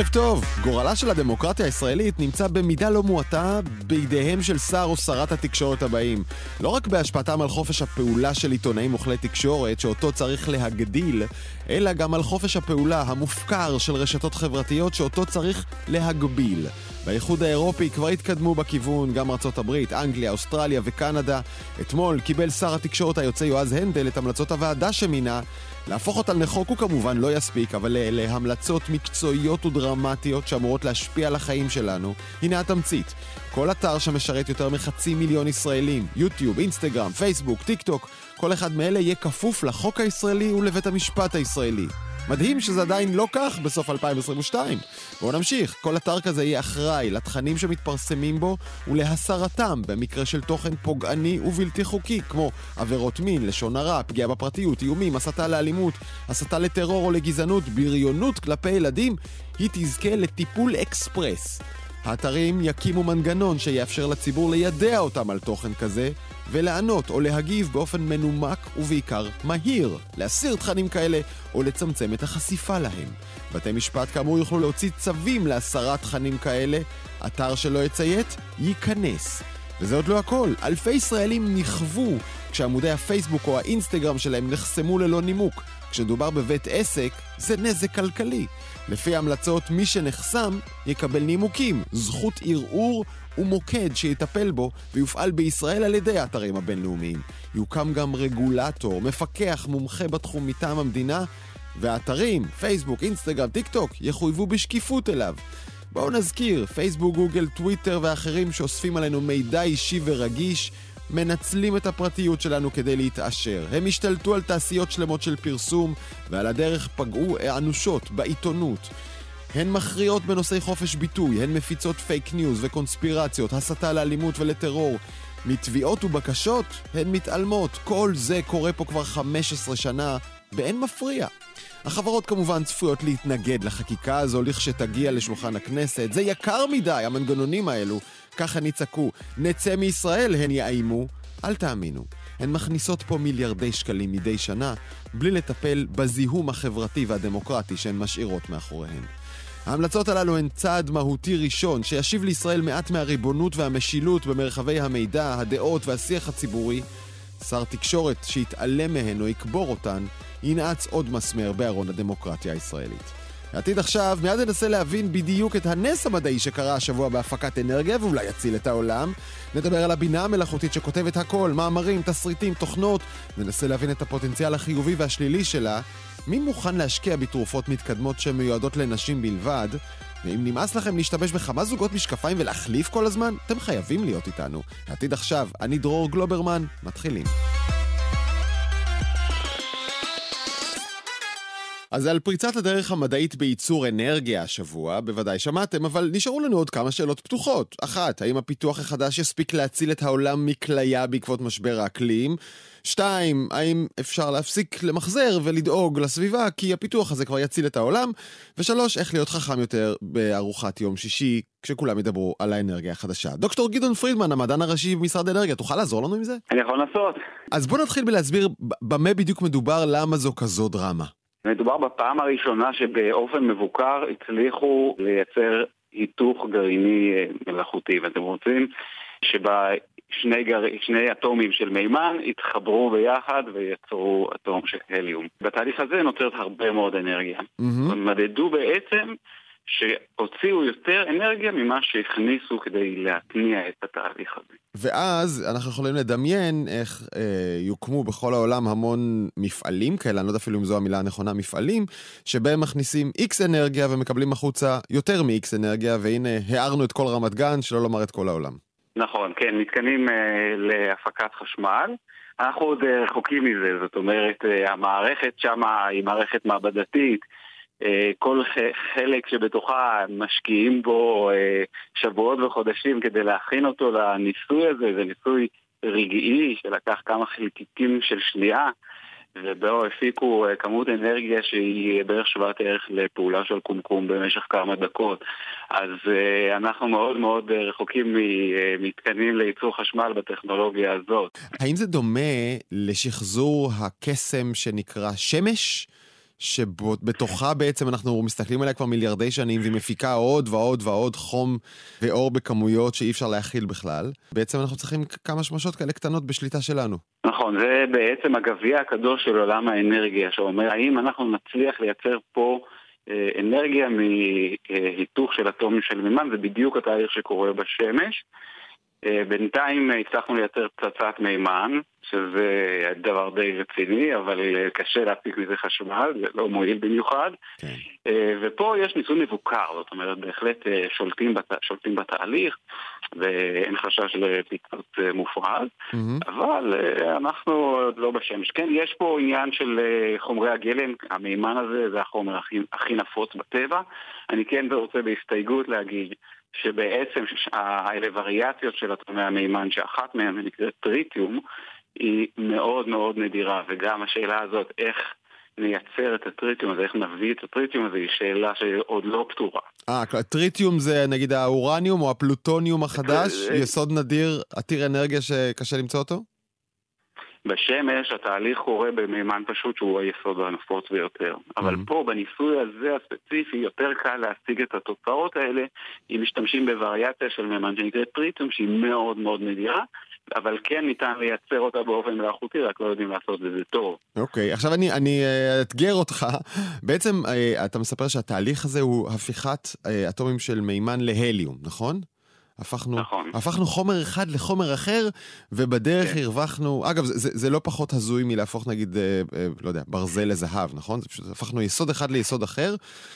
טוב, גורלה של הדמוקרטיה הישראלית נמצא במידה לא מועטה בידיהם של שר או שרת התקשורת הבאים. לא רק בהשפעתם על חופש הפעולה של עיתונאים וכלי תקשורת, שאותו צריך להגדיל, אלא גם על חופש הפעולה המופקר של רשתות חברתיות, שאותו צריך להגביל. באיחוד האירופי כבר התקדמו בכיוון גם ארצות הברית, אנגליה, אוסטרליה וקנדה. אתמול קיבל שר התקשורת היוצא יועז הנדל את המלצות הוועדה שמינה. להפוך אותן לחוק הוא כמובן לא יספיק, אבל להמלצות מקצועיות ודרמטיות שאמורות להשפיע על החיים שלנו. הנה התמצית. כל אתר שמשרת יותר מ500,000 ישראלים, יוטיוב, אינסטגרם, פייסבוק, טיק טוק, כל אחד מאלה יהיה כפוף לחוק הישראלי ולבית המשפט הישראלי. מדהים שזה עדיין לא כך בסוף 2022. בואו נמשיך. כל אתר כזה יהיה אחראי לתכנים שמתפרסמים בו ולהסרתם במקרה של תוכן פוגעני ובלתי חוקי, כמו עבירות מין, לשון הרע, פגיעה בפרטיות, איומים, הסתה לאלימות, הסתה לטרור או לגזענות, בריונות כלפי ילדים. היא תזכה לטיפול אקספרס. האתרים יקימו מנגנון שיאפשר לציבור לידע אותם על תוכן כזה ולענות או להגיב באופן מנומק ובעיקר מהיר, להסיר תכנים כאלה או לצמצם את החשיפה להם. בתי משפט כאמור יוכלו להוציא צווים להסרת תכנים כאלה. אתר שלא יציית ייכנס. וזה עוד לא הכל. אלפי ישראלים נכוו כשעמודי הפייסבוק או האינסטגרם שלהם נחסמו ללא נימוק. כשדובר בבית עסק, זה נזק כלכלי. לפי ההמלצות, מי שנחסם יקבל נימוקים, זכות ערעור ומוקד שיטפל בו ויופעל בישראל על ידי האתרים הבינלאומיים. יוקם גם רגולטור, מפקח מומחה בתחום מטעם המדינה, והאתרים, פייסבוק, אינסטגרם, טיק טוק, יחויבו בשקיפות אליו. בואו נזכיר, פייסבוק, גוגל, טוויטר ואחרים שאוספים עלינו מידע אישי ורגיש, מנצלים את הפרטיות שלנו כדי להתעשר. הם השתלטו על תעשיות שלמות של פרסום, ועל הדרך פגעו אנושות בעיתונות. הן מכריעות בנושאי חופש ביטוי, הן מפיצות פייק ניוז וקונספירציות, הסתה לאלימות ולטרור. מתביעות ובקשות הן מתעלמות. כל זה קורה פה כבר 15 שנה, באין מפריע. החברות כמובן צפויות להתנגד לחקיקה הזו לכשתגיע לשולחן הכנסת. זה יקר מדי, המנגנונים האלו. כך הן יצעקו. נצא מישראל, הן יאיימו. אל תאמינו. הן מכניסות פה מיליארדי שקלים מדי שנה, בלי לטפל בזיהום החברתי והדמוקרטי שהן משאירות מאחוריהן. ההמלצות הללו הן צעד מהותי ראשון שישיב לישראל מעט מהריבונות והמשילות במרחבי המידע, הדעות והשיח הציבורי. שר תקשורת שיתעלם מהן או יקבור אותן, ינעץ עוד מסמר בארון הדמוקרטיה הישראלית. העתיד עכשיו מיד ננסה להבין בדיוק את הנס המדעי שקרה השבוע בהפקת אנרגיה ואולי יציל את העולם. נדבר על הבינה המלאכותית שכותבת הכל, מאמרים, תסריטים, תוכנות. ננסה להבין את הפוטנציאל החיובי והשלילי שלה. מי מוכן להשקיע בתרופות מתקדמות שמיועדות לנשים בלבד? ואם נמאס לכם להשתמש בכמה זוגות משקפיים ולהחליף כל הזמן, אתם חייבים להיות איתנו. העתיד עכשיו, אני דרור גלוברמן, מתחילים. אז על פריצת הדרך המדעית בייצור אנרגיה השבוע, בוודאי שמעתם, אבל נשארו לנו עוד כמה שאלות פתוחות. אחת, האם הפיתוח החדש יספיק להציל את העולם מכליה בעקבות משבר האקלים? 2, האם אפשר להפסיק למחזר ולדאוג לסביבה, כי הפיתוח הזה כבר יציל את העולם? ו3, איך להיות חכם יותר בארוחת יום שישי, כשכולם ידברו על האנרגיה החדשה. דוקטור גדעון פרידמן, המדען הראשי במשרד האנרגיה, תוכל לעזור לנו עם זה? אני יכול לעשות. אז בוא נתחיל בלהסביר במה בדיוק מדובר, למה זו כזו דרמה. מדובר בפעם הראשונה שבאופן מבוקר הצליחו לייצר היתוך גרעיני מלאכותי, ואתם רוצים שני אטומים של מימן התחברו ביחד ויצרו אטום של הליום. בתהליך הזה נוצרת הרבה מאוד אנרגיה. מדדו בעצם שהוציאו יותר אנרגיה ממה שהכניסו כדי להתניע את התהליך הזה. ואז אנחנו יכולים לדמיין איך יוקמו בכל העולם המון מפעלים כאלה, אני לא יודע אפילו אם זו המילה הנכונה, מפעלים, שבהם מכניסים X אנרגיה ומקבלים החוצה יותר מ-X אנרגיה, והנה הערנו את כל רמת גן, שלא לומר את כל העולם. נכון, כן, מתקנים להפקת חשמל. אנחנו עוד רחוקים מזה, זאת אומרת, המערכת שם היא מערכת מעבדתית, כל חלק שבתוכה משקיעים בו שבועות וחודשים כדי להכין אותו לניסוי הזה. זה ניסוי רגעי שלקח כמה חלקיקים של שנייה, ובו הפיקו כמות אנרגיה שהיא בערך שוות ערך לפעולה של קומקום במשך כמה דקות. אז אנחנו מאוד מאוד רחוקים ממתקנים לייצור חשמל בטכנולוגיה הזאת. האם זה דומה לשחזור הקסם שנקרא שמש? שבתוכה בעצם אנחנו מסתכלים עליה כבר מיליארדי שנים, והיא מפיקה עוד ועוד ועוד חום ואור בכמויות שאי אפשר להכיל בכלל. בעצם אנחנו צריכים כמה שמשות כאלה קטנות בשליטה שלנו. נכון, זה בעצם הגביע הקדוש של עולם האנרגיה, שאומר, האם אנחנו נצליח לייצר פה אנרגיה מהיתוך של אטומים של מימן, זה בדיוק התהליך שקורה בשמש. בינתיים הצלחנו לייצר פצצת מימן, שזה דבר די רציני, אבל קשה להפיק מזה חשמל, זה לא מועיל במיוחד. כן. ופה יש ניסוי מבוקר, זאת אומרת, בהחלט שולטים בתהליך, ואין חשש לפיצוץ מופרז, אבל אנחנו עוד לא בשמש. כן, יש פה עניין של חומרי הגלם, המימן הזה זה החומר הכי נפוץ בטבע. אני כן רוצה בהסתייגות להגיד, שבעצם האלה וריאציות של אטומי המימן, שאחת מהן נקראת טריטיום, היא מאוד מאוד נדירה, וגם השאלה הזאת, איך נייצר את הטריטיום הזה, איך נביא את הטריטיום הזה, היא שאלה שעוד לא פתורה. הטריטיום זה נגיד האורניום או הפלוטוניום החדש, יסוד נדיר, עתיר אנרגיה שקשה למצוא אותו? בשמש התהליך קורה במימן פשוט שהוא היסוד הנפוץ ביותר. אבל פה בניסוי הזה הספציפי יותר קל להשיג את התוצאות האלה אם משתמשים בווריאציה של מימן שנקראת טריטיום שהיא מאוד מאוד נדירה, אבל כן ניתן לייצר אותה באופן מלאכותי, רק לא יודעים לעשות את זה טוב. אוקיי, עכשיו אני אתגר אותך. בעצם אתה מספר שהתהליך הזה הוא הפיכת אטומים של מימן להליום, נכון? הפכנו חומר אחד לחומר אחר, ובדרך הרווחנו, אגב, זה לא פחות הזוי מלהפוך נגיד, לא יודע, ברזל לזהב, נכון? זה פשוט הפכנו יסוד אחד ליסוד אחר.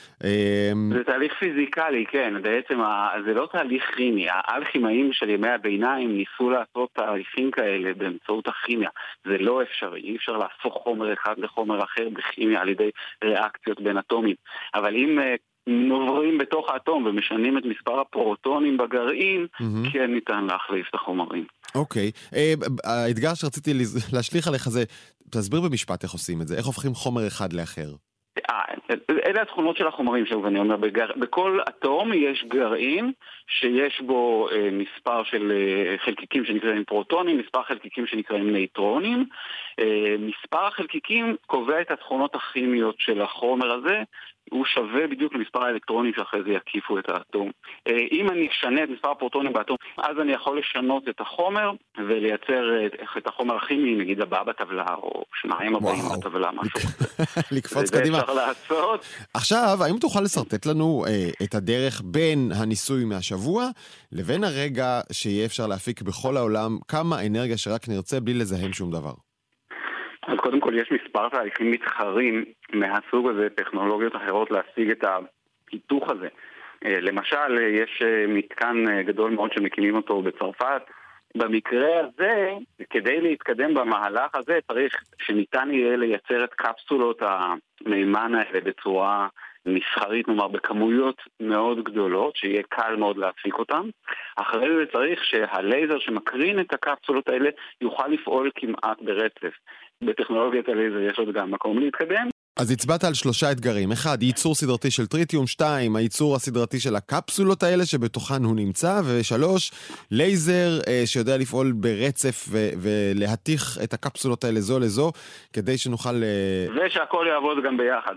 זה תהליך פיזיקלי, כן, בעצם זה לא תהליך כימי, האלכימאים של ימי הביניים ניסו לעשות תהליכים כאלה באמצעות הכימיה, זה לא אפשרי, אי אפשר להפוך חומר אחד לחומר אחר בכימיה על ידי ריאקציות בין אטומים, אבל אם נוברים בתוך האטום ומשנים את מספר הפרוטונים בגרעין, כן ניתן להחליף את החומרים. אוקיי, האתגר שרציתי להשליך עליך זה, תסביר במשפט איך עושים את זה, איך הופכים חומר אחד לאחר? אלה התכונות של החומרים שלו, ואני אומר, בכל אטום יש גרעין שיש בו מספר של חלקיקים שנקראים פרוטונים, מספר חלקיקים שנקראים נייטרונים. מספר החלקיקים קובע את התכונות הכימיות של החומר הזה, הוא שווה בדיוק למספר האלקטרונים שאחרי זה יקיפו את האטום. אם אני אשנה את מספר הפרוטונים באטום, אז אני יכול לשנות את החומר ולייצר את החומר הכימי, נגיד הבא בטבלה, או שניים הבאים בטבלה, משהו. לקפוץ קדימה. זה אפשר לעשות. עכשיו, האם תוכל לסרטט לנו את הדרך בין הניסוי מהשבוע, לבין הרגע שיהיה אפשר להפיק בכל העולם כמה אנרגיה שרק נרצה בלי לזהם שום דבר? אז קודם כל יש מספר תהליכים מתחרים מהסוג הזה, טכנולוגיות אחרות להשיג את ההיתוך הזה. למשל, יש מתקן גדול מאוד שמקימים אותו בצרפת. במקרה הזה, כדי להתקדם במהלך הזה, צריך שניתן יהיה לייצר את קפסולות המימן האלה בצורה מסחרית, נאמר, בכמויות מאוד גדולות, שיהיה קל מאוד להפיק אותם. אחרי זה צריך שהלייזר שמקרין את הקפסולות האלה יוכל לפעול כמעט ברצף. בטכנולוגיית הלייזר יש עוד גם מקום להתקדם. אז הצבעת על 3 אתגרים. 1, ייצור סדרתי של טריטיום. 2, הייצור הסדרתי של הקפסולות האלה שבתוכן הוא נמצא. ו3, לייזר שיודע לפעול ברצף ולהתיך את הקפסולות האלה זו לזו, כדי שנוכל... ושהכל יעבוד גם ביחד.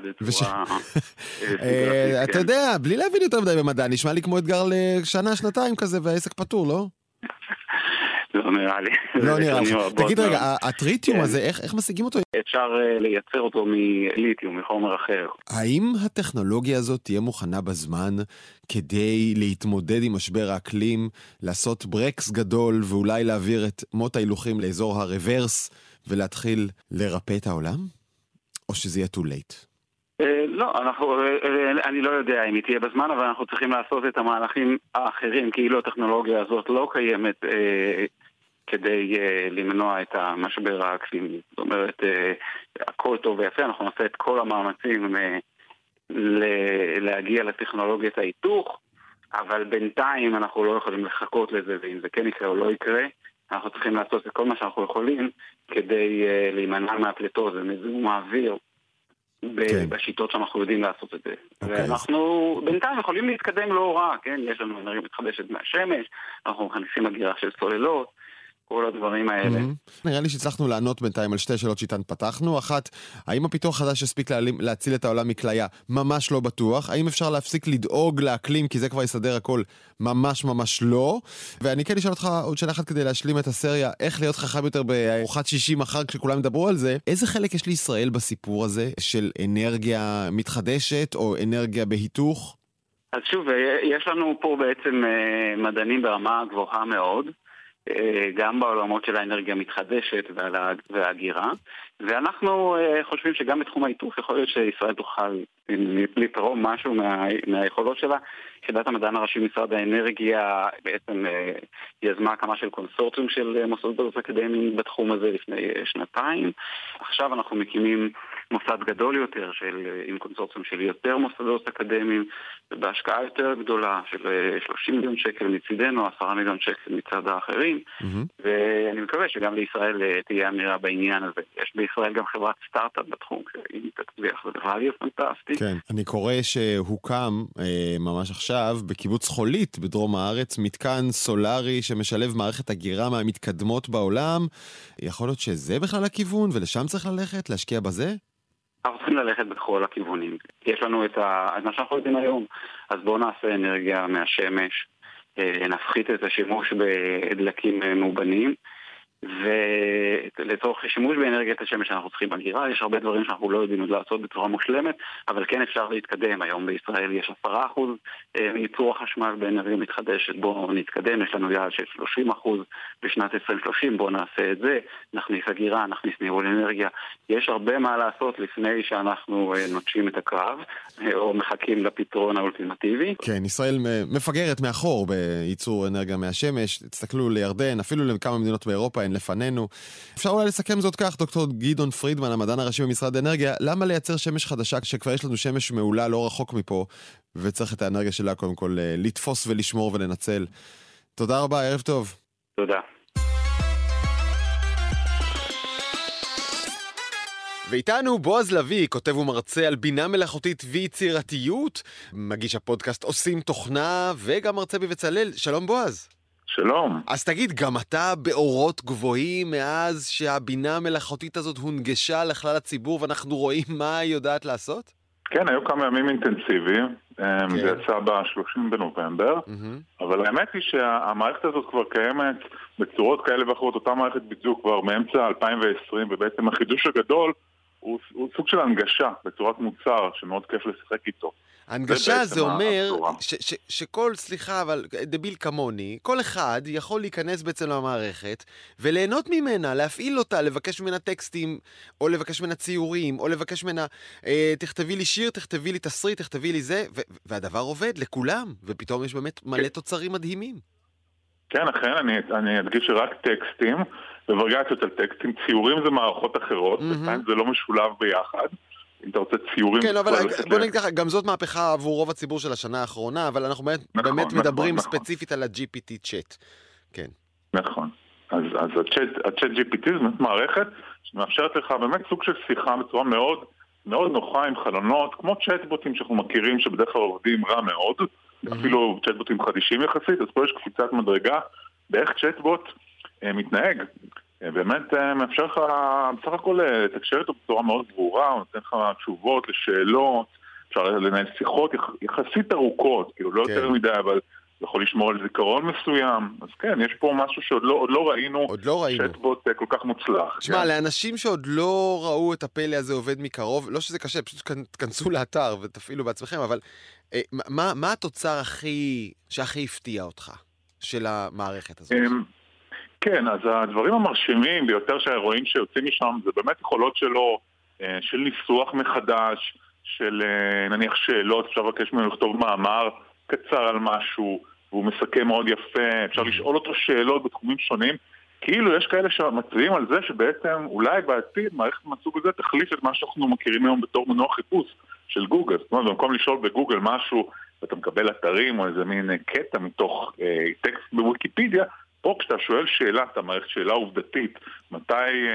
אתה יודע, בלי להבין יותר מדי במדע, נשמע לי כמו אתגר לשנה, שנתיים כזה, והעסק פתור, לא? לא נראה לי. לא נראה לי. תגיד רגע, הטריטיום הזה, איך משיגים אותו? אפשר לייצר אותו מליתיום, מחומר אחר. האם הטכנולוגיה הזאת תהיה מוכנה בזמן כדי להתמודד עם משבר האקלים, לעשות ברקס גדול ואולי להעביר את מות ההילוכים לאזור הרוורס ולהתחיל לרפא את העולם? או שזה יהיה too late? לא, אני לא יודע אם היא תהיה בזמן, אבל אנחנו צריכים לעשות את המהלכים האחרים, כאילו הטכנולוגיה הזאת לא קיימת כדי למנוע את המשבר האקלימי. זאת אומרת, הכל טוב ויפה, אנחנו נעשה את כל המאמצים להגיע לטכנולוגיית ההיתוך, אבל בינתיים אנחנו לא יכולים לחכות לזה, ואם זה כן יקרה או לא יקרה, אנחנו צריכים לעשות את כל מה שאנחנו יכולים כדי להימנע מהפליטות ומזיהום האוויר. בשיטות שאנחנו יודעים לעשות את זה. ואנחנו בינתיים יכולים להתקדם לא רע, כן? יש לנו אנרגיה מתחדשת מהשמש, אנחנו מכניסים הגירה של סוללות, כל הדברים האלה. נראה לי שהצלחנו לענות בינתיים על שתי שאלות שאיתן פתחנו. אחת, האם הפיתוח החדש הספיק להציל את העולם מכליה? ממש לא בטוח. האם אפשר להפסיק לדאוג לאקלים, כי זה כבר יסדר הכל? ממש ממש לא. ואני כן אשאל אותך עוד שאלה אחת כדי להשלים את הסריה, איך להיות חכם יותר בארוחת שישי מחר כשכולם ידברו על זה. איזה חלק יש לישראל בסיפור הזה של אנרגיה מתחדשת או אנרגיה בהיתוך? אז שוב, יש לנו פה בעצם מדענים ברמה גבוהה מאוד, גם בעולמות של האנרגיה המתחדשת וההגירה, ואנחנו חושבים שגם בתחום ההיתוך יכול להיות שישראל תוכל לתרום משהו מהיכולות שלה. יחידת המדען הראשי משרד האנרגיה בעצם יזמה הקמה של קונסורציום של מוסדות אקדמיים בתחום הזה לפני שנתיים. עכשיו אנחנו מקימים מוסד גדול יותר עם קונסורציום של יותר מוסדות אקדמיים, ובהשקעה יותר גדולה של 30 מיליון שקל מצידנו, 10 מיליון שקל מצד האחרים, ואני מקווה שגם לישראל תהיה אמירה בעניין הזה. יש בישראל גם חברת סטארט-אפ בתחום, אם תצליח, זה דבר יהיה פנטסטי. כן, אני קורא שהוקם ממש עכשיו בקיבוץ חולית בדרום הארץ מתקן סולרי שמשלב מערכת הגירה מהמתקדמות בעולם. יכול להיות שזה בכלל הכיוון ולשם צריך ללכת, להשקיע בזה? אנחנו צריכים ללכת בכל הכיוונים. יש לנו את מה שאנחנו יודעים היום, אז בואו נעשה אנרגיה מהשמש, נפחית את השימוש בדלקים מאובנים, ולצורך שימוש באנרגיית השמש אנחנו צריכים הגירה. יש הרבה דברים שאנחנו לא יודעים עוד לעשות בצורה מושלמת, אבל כן אפשר להתקדם. היום בישראל יש 10% מייצור החשמל באנרגיה מתחדשת. בואו נתקדם, יש לנו יעד של 30% בשנת 2030, בואו נעשה את זה, נכניס הגירה, נכניס ניהול אנרגיה. יש הרבה מה לעשות לפני שאנחנו נוטשים את הקרב, או מחכים לפתרון האולטימטיבי. כן, ישראל מפגרת מאחור בייצור אנרגיה מהשמש. תסתכלו לירדן, אפילו לכמה מדינות באירופה לפנינו. אפשר אולי לסכם זאת כך, דוקטור גדעון פרידמן, המדען הראשי במשרד האנרגיה, למה לייצר שמש חדשה כשכבר יש לנו שמש מעולה לא רחוק מפה, וצריך את האנרגיה שלה קודם כל לתפוס ולשמור ולנצל. תודה רבה, ערב טוב. תודה. ואיתנו בועז לוי, כותב ומרצה על בינה מלאכותית ויצירתיות, מגיש הפודקאסט עושים תוכנה וגם מרצה בבצלאל. שלום בועז. שלום. אז תגיד, גם אתה באורות גבוהים מאז שהבינה המלאכותית הזאת הונגשה לכלל הציבור ואנחנו רואים מה היא יודעת לעשות? כן, היו כמה ימים אינטנסיביים, זה יצא ב-30 בנובמבר, אבל האמת היא שהמערכת הזאת כבר קיימת בצורות כאלה ואחרות, אותה מערכת בדיוק כבר מאמצע 2020, ובעצם החידוש הגדול הוא סוג של הנגשה בצורת מוצר שמאוד כיף לשחק איתו. הנגשה זה אומר שכל, סליחה, אבל דביל כמוני, כל אחד יכול להיכנס בעצם למערכת וליהנות ממנה, להפעיל אותה, לבקש ממנה טקסטים, או לבקש ממנה ציורים, או לבקש ממנה, תכתבי לי שיר, תכתבי לי תסריט, תכתבי לי זה, והדבר עובד לכולם, ופתאום יש באמת מלא תוצרים מדהימים. כן, אכן, אני אדגיש שרק טקסטים, ווריאציות על טקסטים, ציורים זה מערכות אחרות, זה לא משולב ביחד. אם אתה רוצה ציורים... כן, אבל בוא נגיד ככה, גם זאת מהפכה עבור רוב הציבור של השנה האחרונה, אבל אנחנו באמת מדברים ספציפית על ה-GPT צ'אט. כן. נכון. אז ה-צ'אט GPT זה מערכת שמאפשרת לך באמת סוג של שיחה בצורה מאוד מאוד נוחה עם חלונות, כמו צ'אטבוטים שאנחנו מכירים שבדרך כלל עובדים רע מאוד, אפילו צ'אטבוטים חדישים יחסית, אז פה יש קפיצת מדרגה באיך צ'אטבוט מתנהג. באמת מאפשר לך בסך הכל לתקשר איתו בצורה מאוד ברורה, הוא נותן לך תשובות לשאלות, אפשר לנהל שיחות יחסית ארוכות, כאילו לא יותר מדי, אבל יכול לשמור על זיכרון מסוים. אז כן, יש פה משהו שעוד לא ראינו, צ'אטבוט כל כך מוצלח. תשמע, לאנשים שעוד לא ראו את הפלא הזה עובד מקרוב, לא שזה קשה, פשוט תכנסו לאתר ותפעילו בעצמכם, אבל מה התוצר שהכי הפתיע אותך של המערכת הזאת? כן, אז הדברים המרשימים ביותר שהרואים שיוצאים משם זה באמת יכולות שלו, של ניסוח מחדש, של נניח שאלות, אפשר לבקש ממנו לכתוב מאמר קצר על משהו, והוא מסכם מאוד יפה, אפשר לשאול אותו שאלות בתחומים שונים, כאילו יש כאלה שמצביעים על זה שבעצם אולי בעתיד מערכת מהסוג הזה תחליף את מה שאנחנו מכירים היום בתור מנוע חיפוש של גוגל. זאת אומרת, במקום לשאול בגוגל משהו ואתה מקבל אתרים או איזה מין קטע מתוך טקסט בוויקיפדיה, פה כשאתה שואל שאלה, אתה מערכת שאלה עובדתית, מתי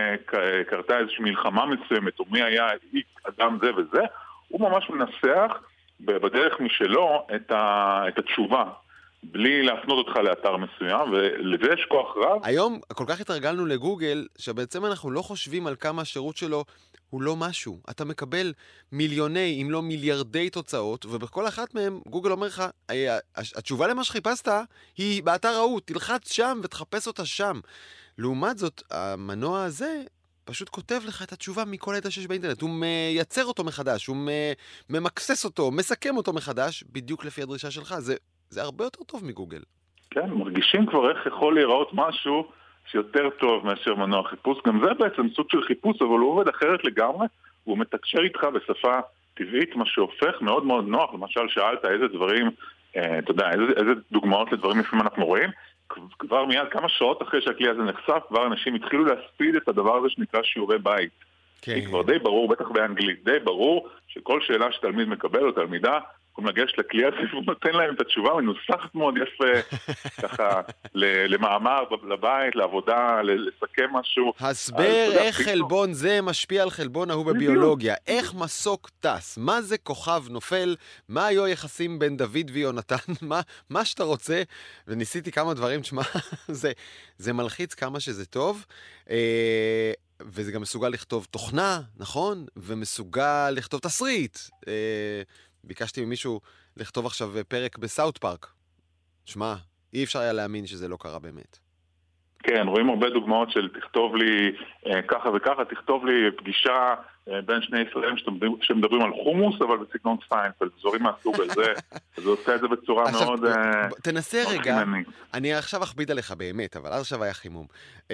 קרתה איזושהי מלחמה מסוימת, או מי היה אדם זה וזה, הוא ממש מנסח בדרך משלו את התשובה. בלי להפנות אותך לאתר מסוים, ולזה יש כוח רב. היום כל כך התרגלנו לגוגל, שבעצם אנחנו לא חושבים על כמה השירות שלו הוא לא משהו. אתה מקבל מיליוני, אם לא מיליארדי תוצאות, ובכל אחת מהם גוגל אומר לך, התשובה למה שחיפשת היא באתר ההוא, תלחץ שם ותחפש אותה שם. לעומת זאת, המנוע הזה פשוט כותב לך את התשובה מכל הידע שיש באינטרנט. הוא מייצר אותו מחדש, הוא ממקסס אותו, מסכם אותו מחדש, בדיוק לפי הדרישה שלך. זה הרבה יותר טוב מגוגל. כן, מרגישים כבר איך יכול להיראות משהו שיותר טוב מאשר מנוע חיפוש. גם זה בעצם סוג של חיפוש, אבל הוא עובד אחרת לגמרי. הוא מתקשר איתך בשפה טבעית, מה שהופך מאוד מאוד נוח. למשל, שאלת איזה דברים, אתה יודע, איזה דוגמאות לדברים לפעמים אנחנו רואים. כבר מיד כמה שעות אחרי שהכלי הזה נחשף, כבר אנשים התחילו להספיד את הדבר הזה שנקרא שיעורי בית. כן. כי כבר די ברור, בטח באנגלית, די ברור שכל שאלה שתלמיד מקבל או תלמידה, הוא מגש לכלי הזה והוא נותן להם את התשובה מנוסחת מאוד יפה, ככה למאמר לבית, לעבודה, לסכם משהו. הסבר איך חלבון זה משפיע על חלבון ההוא בביולוגיה, איך מסוק טס, מה זה כוכב נופל, מה היו היחסים בין דוד ויונתן, מה שאתה רוצה, וניסיתי כמה דברים, תשמע, זה מלחיץ כמה שזה טוב, וזה גם מסוגל לכתוב תוכנה, נכון? ומסוגל לכתוב תסריט. ביקשתי ממישהו לכתוב עכשיו פרק בסאוט פארק. שמע, אי אפשר היה להאמין שזה לא קרה באמת. כן, רואים הרבה דוגמאות של תכתוב לי ככה וככה, תכתוב לי פגישה בין שני ישראלים שמדברים על חומוס, אבל בסגנון סיינפלד, דברים מהסוג הזה, זה עושה את זה בצורה מאוד... תנסה רגע, אני עכשיו אכביד עליך באמת, אבל עד עכשיו היה חימום.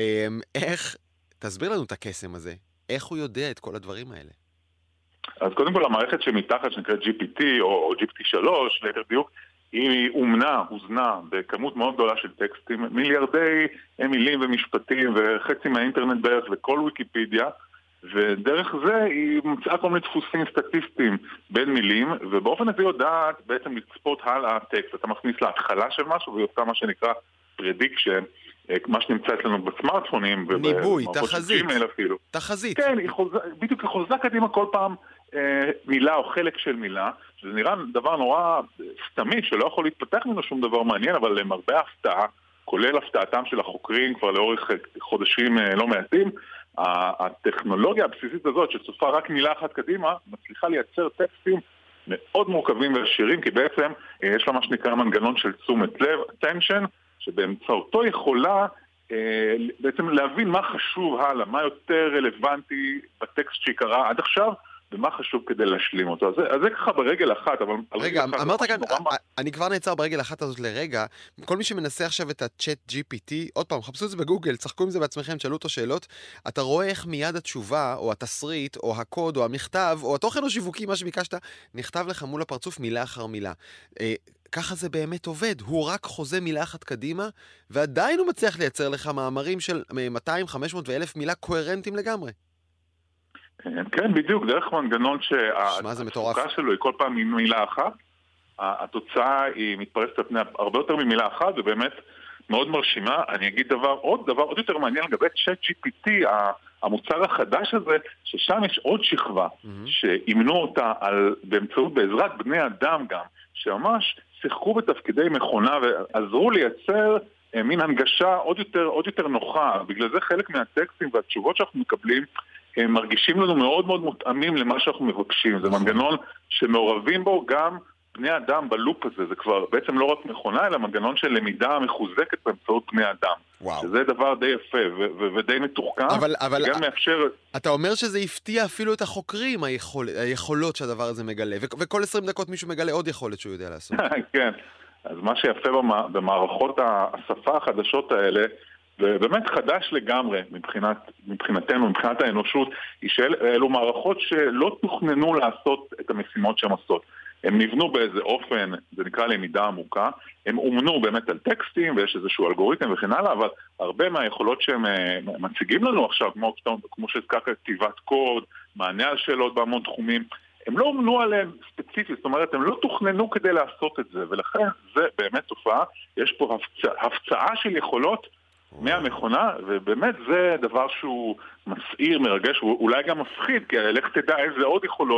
תסביר לנו את הקסם הזה, איך הוא יודע את כל הדברים האלה? אז קודם כל המערכת שמתחת שנקראת GPT או GPT-3, ליתר דיוק, היא הוזנה בכמות מאוד גדולה של טקסטים, מיליארדי מילים ומשפטים וחצי מהאינטרנט בערך וכל ויקיפדיה, ודרך זה היא מצאה כל מיני דפוסים סטטיסטיים בין מילים, ובאופן הזה יודעת בעצם לצפות הלאה טקסט. אתה מכניס להתחלה של משהו ויוצא מה שנקרא prediction, מה שנמצא אצלנו בסמארטפונים. ניבוי, תחזית. תחזית. כן, בדיוק היא חוזה קדימה כל פעם מילה או חלק של מילה, שזה נראה דבר נורא סתמי, שלא יכול להתפתח ממנו שום דבר מעניין, אבל למרבה ההפתעה, כולל הפתעתם של החוקרים כבר לאורך חודשים לא מעטים, הטכנולוגיה הבסיסית הזאת שצופה רק מילה אחת קדימה, מצליחה לייצר טקסטים מאוד מורכבים ועשירים, כי בעצם יש לה מה שנקרא מנגנון של תשומת לב, attention, שבאמצעותו יכולה בעצם להבין מה חשוב הלאה, מה יותר רלוונטי בטקסט שהיא קראה עד עכשיו, ומה חשוב כדי להשלים אותו. אז זה ככה ברגל אחת, אבל... רגע, אמרת כאן, אני כבר נעצר ברגל אחת הזאת לרגע, כל מי שמנסה עכשיו את הצ'אט GPT, עוד פעם, חפשו את זה בגוגל, צחקו עם זה בעצמכם, תשאלו אותו שאלות, אתה רואה איך מיד התשובה, או התסריט, או הקוד, או המכתב, או התוכן השיווקי, מה שביקשת, נכתב לך מול הפרצוף מילה אחר מילה. ככה זה באמת עובד, הוא רק חוזה מילה אחת קדימה, ועדיין הוא מצליח לייצר לך מאמרים של 200, 500 ו1000 מילה קוהרנטים לגמרי. כן, בדיוק, דרך מנגנון שהתפוקה שלו היא כל פעם מילה אחת, התוצאה היא מתפרסת על פני הרבה יותר ממילה אחת, ובאמת מאוד מרשימה. אני אגיד עוד דבר יותר מעניין לגבי צ'אט GPT, המוצר החדש הזה, ששם יש עוד שכבה, שאימנו אותה בעזרת בני אדם גם, שממש שיחקו בתפקידי מכונה ועזרו לייצר מין הנגשה עוד יותר נוחה. בגלל זה חלק מהטקסטים והתשובות שאנחנו מקבלים הם מרגישים לנו מאוד מאוד מותאמים למה שאנחנו מבקשים. זה מנגנון שמעורבים בו גם בני אדם בלופ הזה. זה כבר בעצם לא רק מכונה, אלא מנגנון של למידה מחוזקת באמצעות בני אדם. וואו. שזה דבר די יפה ודי מתוחכם. אבל גם מאפשר... אתה אומר שזה הפתיע אפילו את החוקרים, היכולות שהדבר הזה מגלה. וכל 20 דקות מישהו מגלה עוד יכולת שהוא יודע לעשות. כן. אז מה שיפה במערכות השפה החדשות האלה, ובאמת חדש לגמרי מבחינתנו, מבחינת האנושות, היא שאלו מערכות שלא תוכננו לעשות את המשימות שהן עושות. הם נבנו באיזה אופן, זה נקרא למידה עמוקה, הם אומנו באמת על טקסטים ויש איזשהו אלגוריתם וכן הלאה, אבל הרבה מהיכולות שהם מציגים לנו עכשיו, כמו שהזכרת כתיבת קוד, מענה על שאלות בהמון תחומים, הם לא אומנו עליהם ספציפית, זאת אומרת, הם לא תוכננו כדי לעשות את זה, ולכן זה באמת תופעה, יש פה הפצעה של יכולות מהמכונה, ובאמת זה דבר שהוא מסעיר, מרגש, ואולי גם מפחיד, כי לך תדע איזה עוד יכולות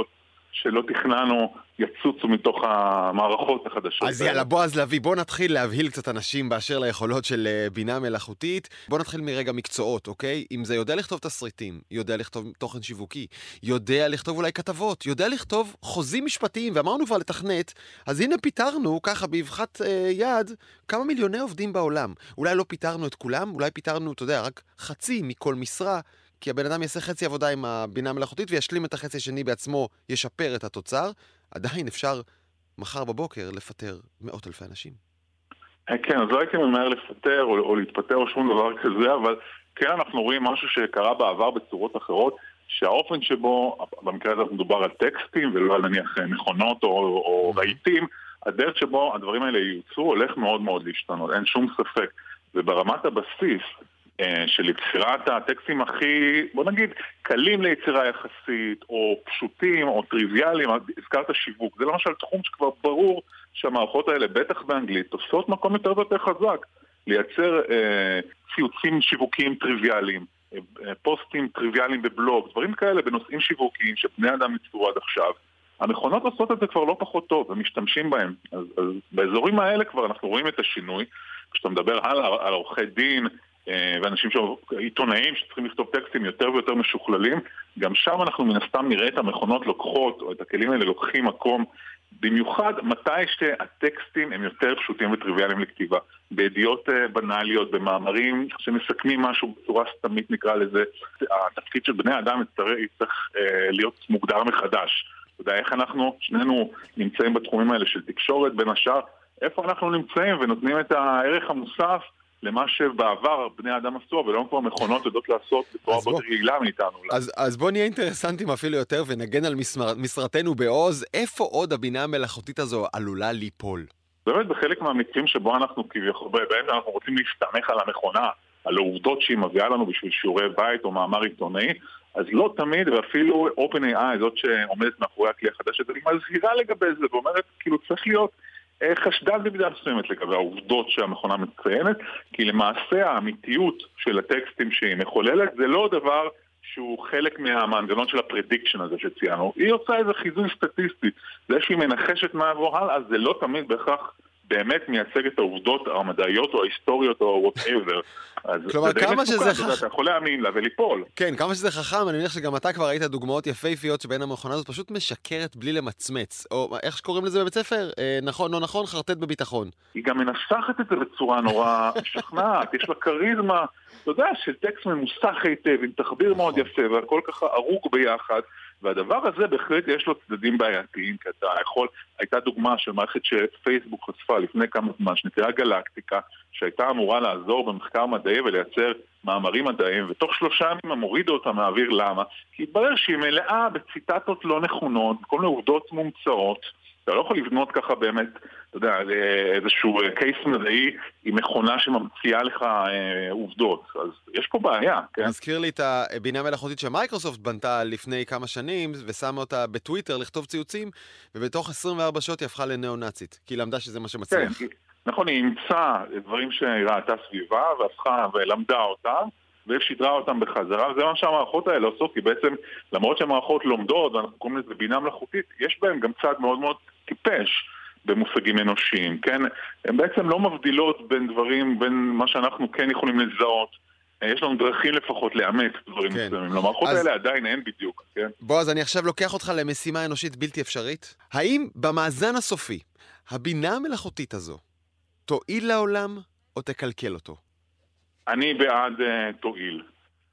שלא תכננו יצוצו מתוך המערכות החדשות. אז יאללה, בועז לוי, בוא נתחיל להבהיל קצת אנשים באשר ליכולות של בינה מלאכותית. בוא נתחיל מרגע מקצועות, אוקיי? אם זה יודע לכתוב תסריטים, יודע לכתוב תוכן שיווקי, יודע לכתוב אולי כתבות, יודע לכתוב חוזים משפטיים, ואמרנו כבר לתכנת, אז הנה פיתרנו ככה באבחת יד כמה מיליוני עובדים בעולם. אולי לא פיתרנו את כולם, אולי פיתרנו, אתה יודע, רק חצי מכל משרה, כי הבן אדם יעשה חצי עבודה עם הבינה המלאכותית וישלים את החצי השני בעצמו, ישפר את התוצר. עדיין אפשר מחר בבוקר לפטר מאות אלפי אנשים. כן, אז לא הייתי ממהר לפטר או להתפטר או שום דבר כזה, אבל כן אנחנו רואים משהו שקרה בעבר בצורות אחרות, שהאופן שבו, במקרה הזה מדובר על טקסטים ולא על נניח מכונות או רהיטים, הדרך שבו הדברים האלה יוצאו הולך מאוד מאוד להשתנות, אין שום ספק. וברמת הבסיס של יצירת הטקסטים הכי, בוא נגיד, קלים ליצירה יחסית, או פשוטים, או טריוויאליים, הזכרת שיווק. זה למשל תחום שכבר ברור שהמערכות האלה, בטח באנגלית, תופסות מקום יותר ויותר חזק. לייצר ציוצים שיווקיים טריוויאליים, פוסטים טריוויאליים בבלוג, דברים כאלה בנושאים שיווקיים שבני אדם ייצרו עד עכשיו. המכונות עושות את זה כבר לא פחות טוב, ומשתמשים בהם. אז באזורים האלה כבר אנחנו רואים את השינוי. כשאתה מדבר על עורכי דין, ואנשים עיתונאים שצריכים לכתוב טקסטים יותר ויותר משוכללים, גם שם אנחנו מן הסתם נראה את המכונות לוקחות, או את הכלים האלה לוקחים מקום, במיוחד מתי שהטקסטים הם יותר פשוטים וטריוויאליים לכתיבה, בידיעות בנאליות, במאמרים שמסכמים משהו בצורה סתמית נקרא לזה, התפקיד של בני האדם יצטרך להיות מוגדר מחדש. אתה יודע, איך אנחנו שנינו נמצאים בתחומים האלה של תקשורת בין השאר, איפה אנחנו נמצאים ונותנים את הערך המוסף למה שבעבר בני האדם עשו, ולא כבר מכונות יודעות לעשות בצורה יותר יעילה מאיתנו. אז בוא נהיה אינטרסנטים אפילו יותר ונגן על משרתנו בעוז. איפה עוד הבינה המלאכותית הזו עלולה ליפול? באמת בחלק מהמקרים שבו אנחנו כביכול, בהם אנחנו רוצים להסתמך על המכונה, על העובדות שהיא מביאה לנו בשביל שיעורי בית או מאמר עיתונאי, אז לא תמיד, ואפילו OpenAI, זאת שעומדת מאחורי הכלי החדש, היא מזהירה לגבי זה, ואומרת, כאילו צריך להיות חשדן במידה מסוימת לגבי העובדות שהמכונה מציינת, כי למעשה האמיתיות של הטקסטים שהיא מחוללת זה לא דבר שהוא חלק מהמנגנון של הפרדיקשן הזה שציינו. היא עושה איזה חיזוי סטטיסטי. זה שהיא מנחשת מה יבוא הלאה, אז זה לא תמיד בהכרח באמת מייצג את העובדות המדעיות או ההיסטוריות או whatever. כלומר, כמה שזה חכם, אתה יכול להאמין לה וליפול. כן, כמה שזה חכם, אני מניח שגם אתה כבר ראית דוגמאות יפהפיות שבין המכונה הזאת פשוט משקרת בלי למצמץ. או איך שקוראים לזה בבית ספר? נכון, לא נכון, חרטט בביטחון. היא גם מנסחת את זה בצורה נורא משכנעת, יש לה קריזמה, אתה יודע, של טקסט ממוסך היטב, עם תחביר מאוד יפה, והכל ככה ארוך ביחד, והדבר הזה בהחלט יש לו צדדים בעייתיים, כי אתה יכול, הייתה דוגמה של מערכת שפייסבוק חשפה לפני כמה זמן, שנקראה גלקטיקה, שהייתה אמורה לעזור במחקר מדעי ולייצר מאמרים מדעיים, ותוך 3 ימים הם הורידו אותה מהאוויר. למה? כי התברר שהיא מלאה בציטטות לא נכונות, כל מיני עובדות מומצאות, אתה לא יכול לבנות ככה באמת, אתה יודע, איזשהו קייס מדעי עם מכונה שממציאה לך עובדות. אז יש פה בעיה, כן? מזכיר לי את הבינה מלאכותית שמייקרוסופט בנתה לפני כמה שנים, ושמה אותה בטוויטר לכתוב ציוצים, ובתוך 24 שעות היא הפכה לנאו-נאצית, כי היא למדה שזה מה שמצליח. כן, נכון, היא אימצה דברים שהיא ראתה סביבה, והפכה ולמדה אותם, ושידרה אותם בחזרה, וזה מה שהמערכות האלה עושות, כי בעצם, למרות שהמערכות לומדות, ואנחנו קוראים לזה בינה מלאכותית, יש בהם גם צד מאוד מאוד טיפש במושגים אנושיים, כן? הן בעצם לא מבדילות בין דברים, בין מה שאנחנו כן יכולים לזהות, יש לנו דרכים לפחות לאמת דברים מסוימים, למערכות האלה עדיין אין בדיוק, כן? בועז, אני עכשיו לוקח אותך למשימה אנושית בלתי אפשרית. האם במאזן הסופי, הבינה המלאכותית הזו, תועיל לעולם או תקלקל אותו? אני בעד תועיל.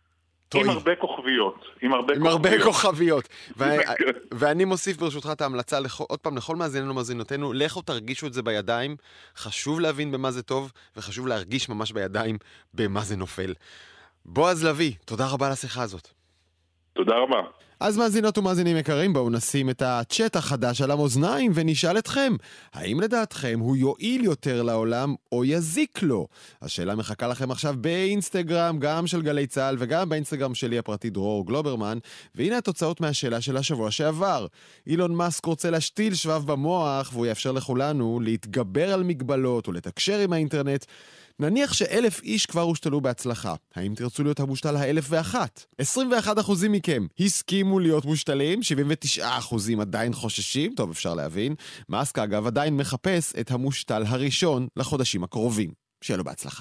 עם הרבה כוכביות. עם הרבה כוכביות. ואני מוסיף ברשותך את ההמלצה, עוד פעם, לכל מאזיננו ומאזינותינו, לכו תרגישו את זה בידיים. חשוב להבין במה זה טוב, וחשוב להרגיש ממש בידיים במה זה נופל. בועז לוי, תודה רבה על השיחה הזאת. תודה רבה. אז מאזינות ומאזינים יקרים, בואו נשים את הצ'אט החדש על המאזניים ונשאל אתכם, האם לדעתכם הוא יועיל יותר לעולם או יזיק לו? השאלה מחכה לכם עכשיו באינסטגרם, גם של גלי צהל וגם באינסטגרם שלי הפרטי דרור גלוברמן, והנה התוצאות מהשאלה של השבוע שעבר. אילון מאסק רוצה להשתיל שבב במוח והוא יאפשר לכולנו להתגבר על מגבלות ולתקשר עם האינטרנט. נניח ש1,000 איש כבר הושתלו בהצלחה. האם תרצו להיות המושתל ה1,001? 21% מכם הסכימו להיות מושתלים, 79% עדיין חוששים, טוב אפשר להבין. מאסק אגב עדיין מחפש את המושתל הראשון לחודשים הקרובים. שיהיה לו בהצלחה.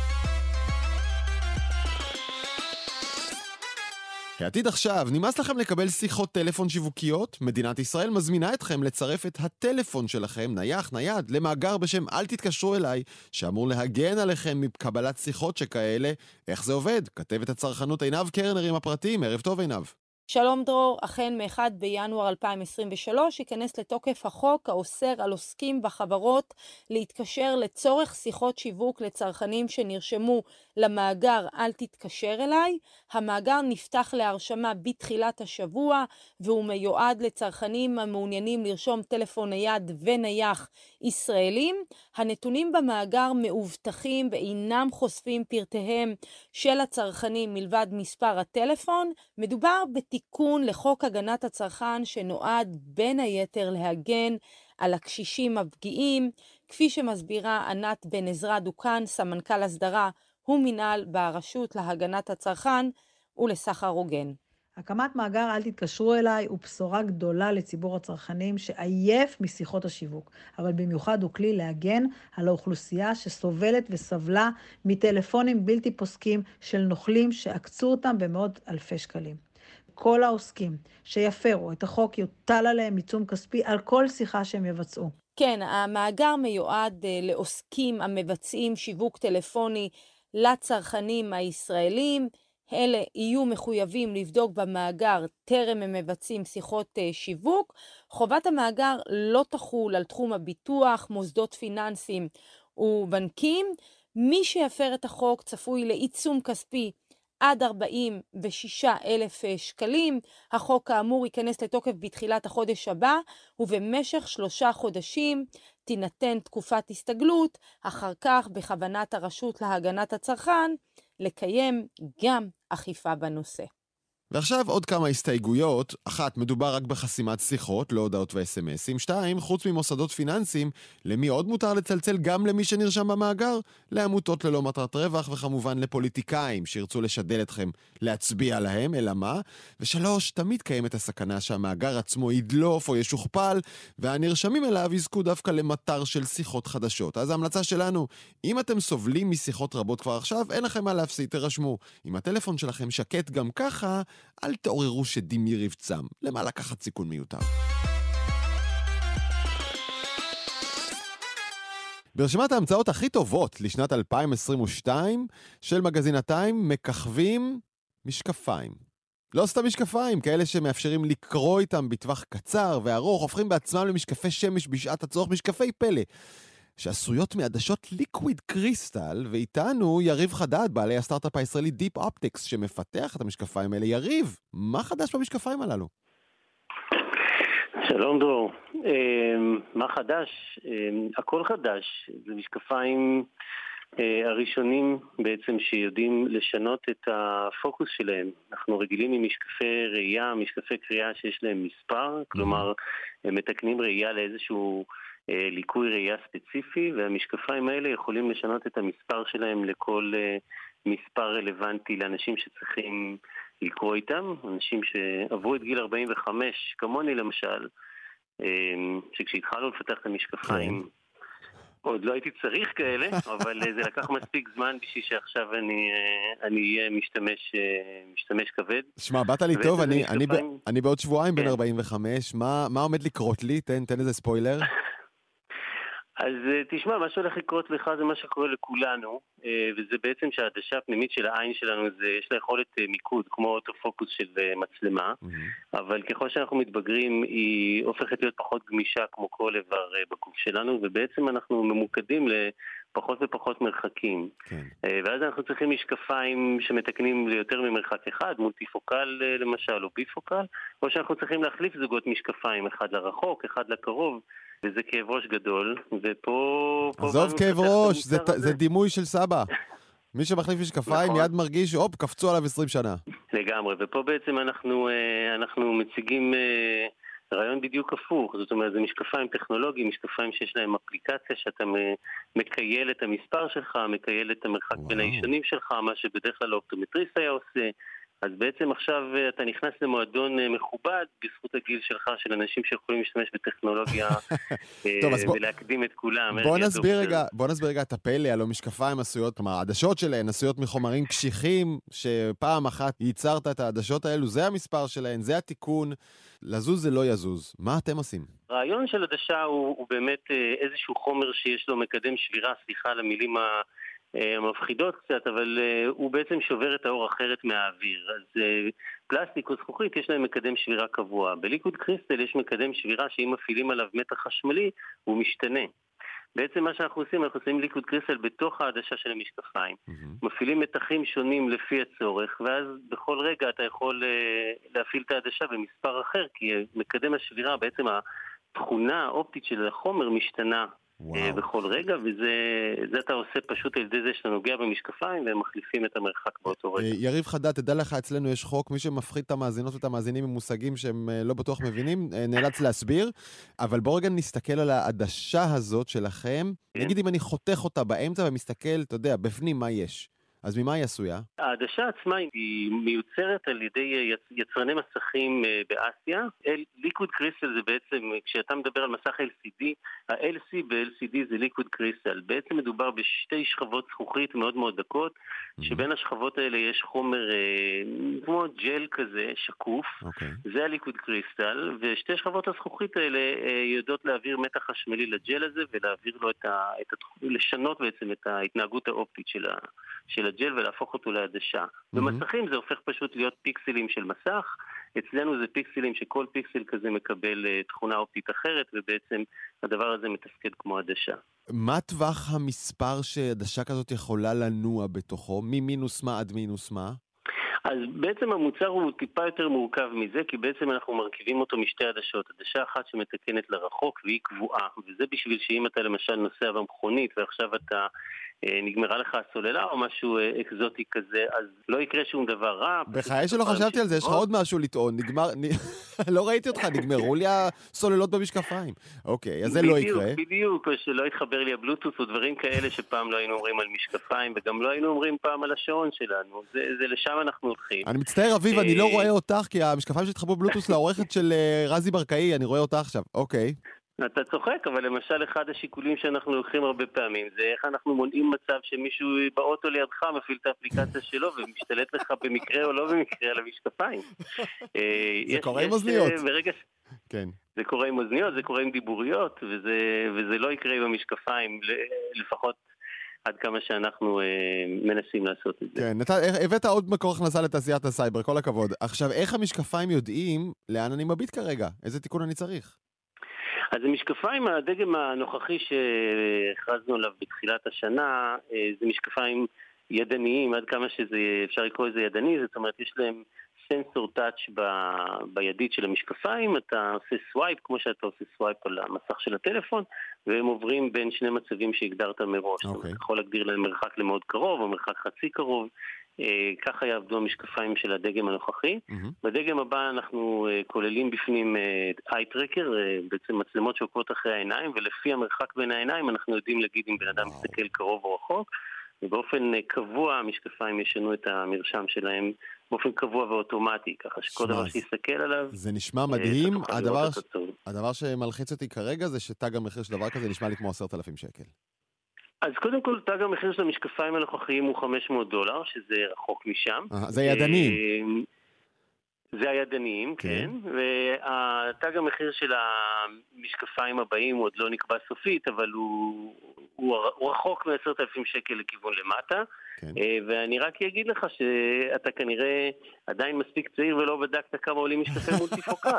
העתיד עכשיו, נמאס לכם לקבל שיחות טלפון שיווקיות? מדינת ישראל מזמינה אתכם לצרף את הטלפון שלכם, נייד, למאגר בשם אל תתקשרו אליי, שאמור להגן עליכם מקבלת שיחות שכאלה. איך זה עובד? כתבת הצרכנות עינב קרנר עם הפרטים. ערב טוב עינב. שלום דרור, אכן מ-1 בינואר 2023 ייכנס לתוקף החוק האוסר על עוסקים בחברות להתקשר לצורך שיחות שיווק לצרכנים שנרשמו למאגר אל תתקשר אליי. המאגר נפתח להרשמה בתחילת השבוע והוא מיועד לצרכנים המעוניינים לרשום טלפון נייד ונייח ישראלים. הנתונים במאגר מאובטחים ואינם חושפים פרטיהם של הצרכנים מלבד מספר הטלפון. מדובר בתיקון לחוק הגנת הצרכן שנועד בין היתר להגן על הקשישים הפגיעים, כפי שמסבירה ענת בן עזרא דוקן, סמנכ"ל הסדרה ומינהל ברשות להגנת הצרכן ולסחר הוגן. הקמת מאגר אל תתקשרו אליי הוא בשורה גדולה לציבור הצרכנים שעייף משיחות השיווק, אבל במיוחד הוא כלי להגן על האוכלוסייה שסובלת וסבלה מטלפונים בלתי פוסקים של נוכלים שעקצו אותם במאות אלפי שקלים. כל העוסקים שיפרו את החוק יוטל עליהם עיצום כספי על כל שיחה שהם יבצעו. כן, המאגר מיועד לעוסקים המבצעים שיווק טלפוני לצרכנים הישראלים. אלה יהיו מחויבים לבדוק במאגר טרם הם מבצעים שיחות שיווק. חובת המאגר לא תחול על תחום הביטוח, מוסדות פיננסיים ובנקים. מי שיפר את החוק צפוי לעיצום כספי עד 46,000 שקלים. החוק כאמור ייכנס לתוקף בתחילת החודש הבא, ובמשך 3 חודשים תינתן תקופת הסתגלות. אחר כך בכוונת הרשות להגנת הצרכן לקיים גם אכיפה בנושא. ועכשיו עוד כמה הסתייגויות. 1, מדובר רק בחסימת שיחות, לא הודעות ו-SMSים. 2, חוץ ממוסדות פיננסיים, למי עוד מותר לצלצל? גם למי שנרשם במאגר? לעמותות ללא מטרת רווח, וכמובן לפוליטיקאים שירצו לשדל אתכם להצביע להם, אלא מה? ו3, תמיד קיימת הסכנה שהמאגר עצמו ידלוף או ישוכפל, והנרשמים אליו יזכו דווקא למטר של שיחות חדשות. אז ההמלצה שלנו, אם אתם סובלים משיחות רבות כבר עכשיו, אין לכם מה להפסיד, תרשמו. אם הטלפון שלכם שקט גם ככה, אל תעוררו שדים ירבצם. למה לקחת סיכון מיותר? ברשימת ההמצאות הכי טובות לשנת 2022 של מגזין הטיים מככבים משקפיים. לא סתם משקפיים, כאלה שמאפשרים לקרוא איתם בטווח קצר וארוך, הופכים בעצמם למשקפי שמש בשעת הצורך, משקפי פלא, שעשויות מעדשות ליקוויד קריסטל, ואיתנו יריב חדד, בעלי הסטארט-אפ הישראלי דיפ אופטיקס, שמפתח את המשקפיים האלה. יריב, מה חדש במשקפיים הללו? שלום דרור. מה חדש? הכל חדש. זה משקפיים הראשונים בעצם שיודעים לשנות את הפוקוס שלהם. אנחנו רגילים ממשקפי ראייה, משקפי קריאה שיש להם מספר, כלומר הם מתקנים ראייה לאיזשהו ליקוי ראייה ספציפי, והמשקפיים האלה יכולים לשנות את המספר שלהם לכל מספר רלוונטי לאנשים שצריכים לקרוא איתם, אנשים שעברו את גיל 45, כמוני למשל, שכשהתחלנו לפתח את המשקפיים, עוד לא הייתי צריך כאלה, אבל זה לקח מספיק זמן בשביל שעכשיו אני אהיה משתמש כבד. שמע, באת לי טוב, אני בעוד שבועיים בין 45, מה עומד לקרות לי? תן איזה ספוילר. אז תשמע, מה שהולך לקרות לך זה מה שקורה לכולנו, וזה בעצם שהעדשה הפנימית של העין שלנו, יש לה יכולת מיקוד, כמו אוטופוקוס של מצלמה, אבל ככל שאנחנו מתבגרים, היא הופכת להיות פחות גמישה כמו כל איבר בגוף שלנו, ובעצם אנחנו ממוקדים לפחות ופחות מרחקים. ואז אנחנו צריכים משקפיים שמתקנים ליותר ממרחק אחד, מולטיפוקל למשל, או ביפוקל, או שאנחנו צריכים להחליף זוגות משקפיים, אחד לרחוק, אחד לקרוב, וזה כאב ראש גדול, ופה... עזוב כאב ראש, זה דימוי של סבא. מי שמחליף משקפיים מיד מרגיש, הופ, קפצו עליו 20 שנה. לגמרי, ופה בעצם אנחנו מציגים רעיון בדיוק הפוך. זאת אומרת, זה משקפיים טכנולוגיים, משקפיים שיש להם אפליקציה שאתה מקייל את המספר שלך, מקייל את המרחק בין האישונים שלך, מה שבדרך כלל האופטומטריסט היה עושה. אז בעצם עכשיו אתה נכנס למועדון מכובד בזכות הגיל שלך של אנשים שיכולים להשתמש בטכנולוגיה ולהקדים את כולם. בוא נסביר רגע את הפלא, הלא משקפיים עשויות, כלומר העדשות שלהן עשויות מחומרים קשיחים, שפעם אחת ייצרת את העדשות האלו, זה המספר שלהן, זה התיקון, לזוז זה לא יזוז. מה אתם עושים? הרעיון של עדשה הוא באמת איזשהו חומר שיש לו מקדם שבירה, סליחה על המילים המפחידות קצת, אבל הוא בעצם שובר את האור אחרת מהאוויר. אז פלסטיק או זכוכית יש להם מקדם שבירה קבוע. בליקוד קריסטל יש מקדם שבירה שאם מפעילים עליו מתח חשמלי הוא משתנה. בעצם מה שאנחנו עושים, אנחנו עושים ליקוד קריסטל בתוך העדשה של המשקפיים. מפעילים מתחים שונים לפי הצורך, ואז בכל רגע אתה יכול להפעיל את העדשה במספר אחר, כי מקדם השבירה, בעצם התכונה האופטית של החומר משתנה בכל רגע, וזה אתה עושה פשוט על ידי זה שאתה נוגע במשקפיים והם מחליפים את המרחק באותו רגע. יריב חדד, תדע לך, אצלנו יש חוק, מי שמפחיד את המאזינות ואת המאזינים עם מושגים שהם לא בטוח מבינים, נאלץ להסביר, אבל בואו רגע נסתכל על העדשה הזאת שלכם, נגיד אם אני חותך אותה באמצע ומסתכל, אתה יודע, בפנים מה יש. אז ממה היא עשויה? העדשה עצמה היא מיוצרת על ידי יצרני מסכים באסיה. ליקוד קריסטל זה בעצם, כשאתה מדבר על מסך LCD, ה-LC ב-LCD זה ליקוד קריסטל. בעצם מדובר בשתי שכבות זכוכית מאוד מאוד דקות, שבין השכבות האלה יש חומר כמו ג'ל כזה, שקוף. זה הליקוד קריסטל, ושתי שכבות הזכוכית האלה יודעות להעביר מתח חשמלי לג'ל הזה, ולהעביר לו לשנות בעצם את ההתנהגות האופטית של הג'ל ולהפוך אותו לעדשה. במסכים זה הופך פשוט להיות פיקסלים של מסך. אצלנו זה פיקסלים שכל פיקסל כזה מקבל תכונה אופטית אחרת, ובעצם הדבר הזה מתפקד כמו עדשה. מה טווח המספר שעדשה כזאת יכולה לנוע בתוכו? ממינוס מה עד מינוס מה? אז בעצם המוצר הוא טיפה יותר מורכב מזה, כי בעצם אנחנו מרכיבים אותו משתי עדשות. עדשה אחת שמתקנת לרחוק והיא קבועה, וזה בשביל שאם אתה למשל נוסע במכונית ועכשיו אתה נגמרה לך הסוללה או משהו אקזוטי כזה, אז לא יקרה שום דבר רע. בחיי שלא חשבתי על זה, יש לך עוד משהו לטעון, לא ראיתי אותך, נגמרו לי הסוללות במשקפיים. אוקיי, אז זה לא יקרה. בדיוק, שלא יתחבר לי הבלוטוס או דברים כאלה שפעם לא היינו אומרים על משקפיים, וגם לא היינו אומרים פעם על השעון שלנו. זה לשם אנחנו הולכים. אני מצטער אביב, אני לא רואה אותך, כי המשקפיים שהתחברו בלוטוס לעורכת של רזי ברקאי, אני רואה אותך עכשיו. אוקיי. אתה צוחק, אבל למשל אחד השיקולים שאנחנו לוקחים הרבה פעמים זה איך אנחנו מונעים מצב שמישהו באוטו לידך מפעיל את האפליקציה שלו ומשתלט לך במקרה או לא במקרה על המשקפיים. זה קורה עם אוזניות. כן. זה קורה עם אוזניות, זה קורה עם דיבוריות, וזה לא יקרה עם המשקפיים, לפחות עד כמה שאנחנו מנסים לעשות את זה. כן, הבאת עוד מקור הכנסה לתעשיית הסייבר, כל הכבוד. עכשיו, איך המשקפיים יודעים לאן אני מביט כרגע? איזה תיקון אני צריך? אז המשקפיים, הדגם הנוכחי שהכרזנו עליו בתחילת השנה, זה משקפיים ידניים, עד כמה שזה אפשר לקרוא לזה ידני, זאת אומרת יש להם סנסור טאץ' בידית של המשקפיים, אתה עושה סווייפ כמו שאתה עושה סווייפ על המסך של הטלפון, והם עוברים בין שני מצבים שהגדרת מראש. אתה יכול להגדיר להם מרחק למאוד קרוב או מרחק חצי קרוב, ככה יעבדו המשקפיים של הדגם הנוכחי. בדגם הבא אנחנו כוללים בפנים איי טרקר, בעצם מצלמות שעוקבות אחרי העיניים, ולפי המרחק בין העיניים אנחנו יודעים להגיד אם בן אדם מסתכל קרוב או רחוק, ובאופן קבוע המשקפיים ישנו את המרשם שלהם באופן קבוע ואוטומטי, ככה שכל דבר שיסתכל עליו... זה נשמע מדהים. הדבר שמלחיץ אותי כרגע זה שתג המחיר של דבר כזה נשמע לי כמו 10,000 שקל. אז קודם כל, תג המחיר של המשקפיים הנוכחיים הוא $500, שזה רחוק משם. זה ידניים. זה הידניים, כן. והתג המחיר של המשקפיים הבאים הוא עוד לא נקבע סופית, אבל הוא רחוק מ10,000 שקל לכיוון למטה. ואני רק אגיד לך שאתה כנראה עדיין מספיק צעיר ולא בדקת כמה עולים משקפי מולטיפוקל,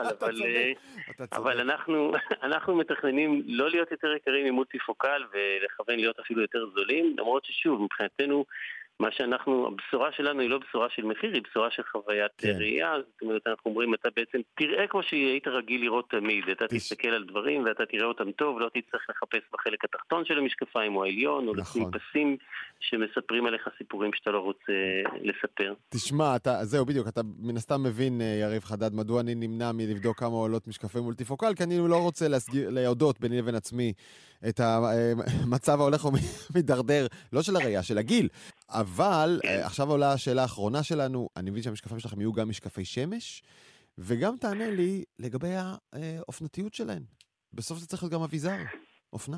אבל אנחנו מתכננים לא להיות יותר יקרים ממולטיפוקל ולכוון להיות אפילו יותר זולים, למרות ששוב, מבחינתנו הבשורה שלנו היא לא בשורה של מחיר, היא בשורה של חוויית ראייה. זאת אומרת, אנחנו אומרים, אתה בעצם תראה כמו שהיית רגיל לראות תמיד, אתה תסתכל על דברים ואתה תראה אותם טוב, לא תצטרך לחפש בחלק התחתון של המשקפיים או העליון, או לשים פסים שמספרים עליך סיפורים שאתה לא רוצה לספר. תשמע, זהו בדיוק, אתה מן הסתם מבין, יריב חדד, מדוע אני נמנע מלבדוק כמה עולות משקפי מולטיפוקל, כי אני לא רוצה להודות ביני לבין עצמי את המצב ההולך ומתדרדר, לא של הראייה, של הגיל. אבל עכשיו עולה השאלה האחרונה שלנו, אני מבין שהמשקפיים שלכם יהיו גם משקפי שמש, וגם תענה לי לגבי האופנתיות שלהן. בסוף זה צריך להיות גם אביזר, אופנה.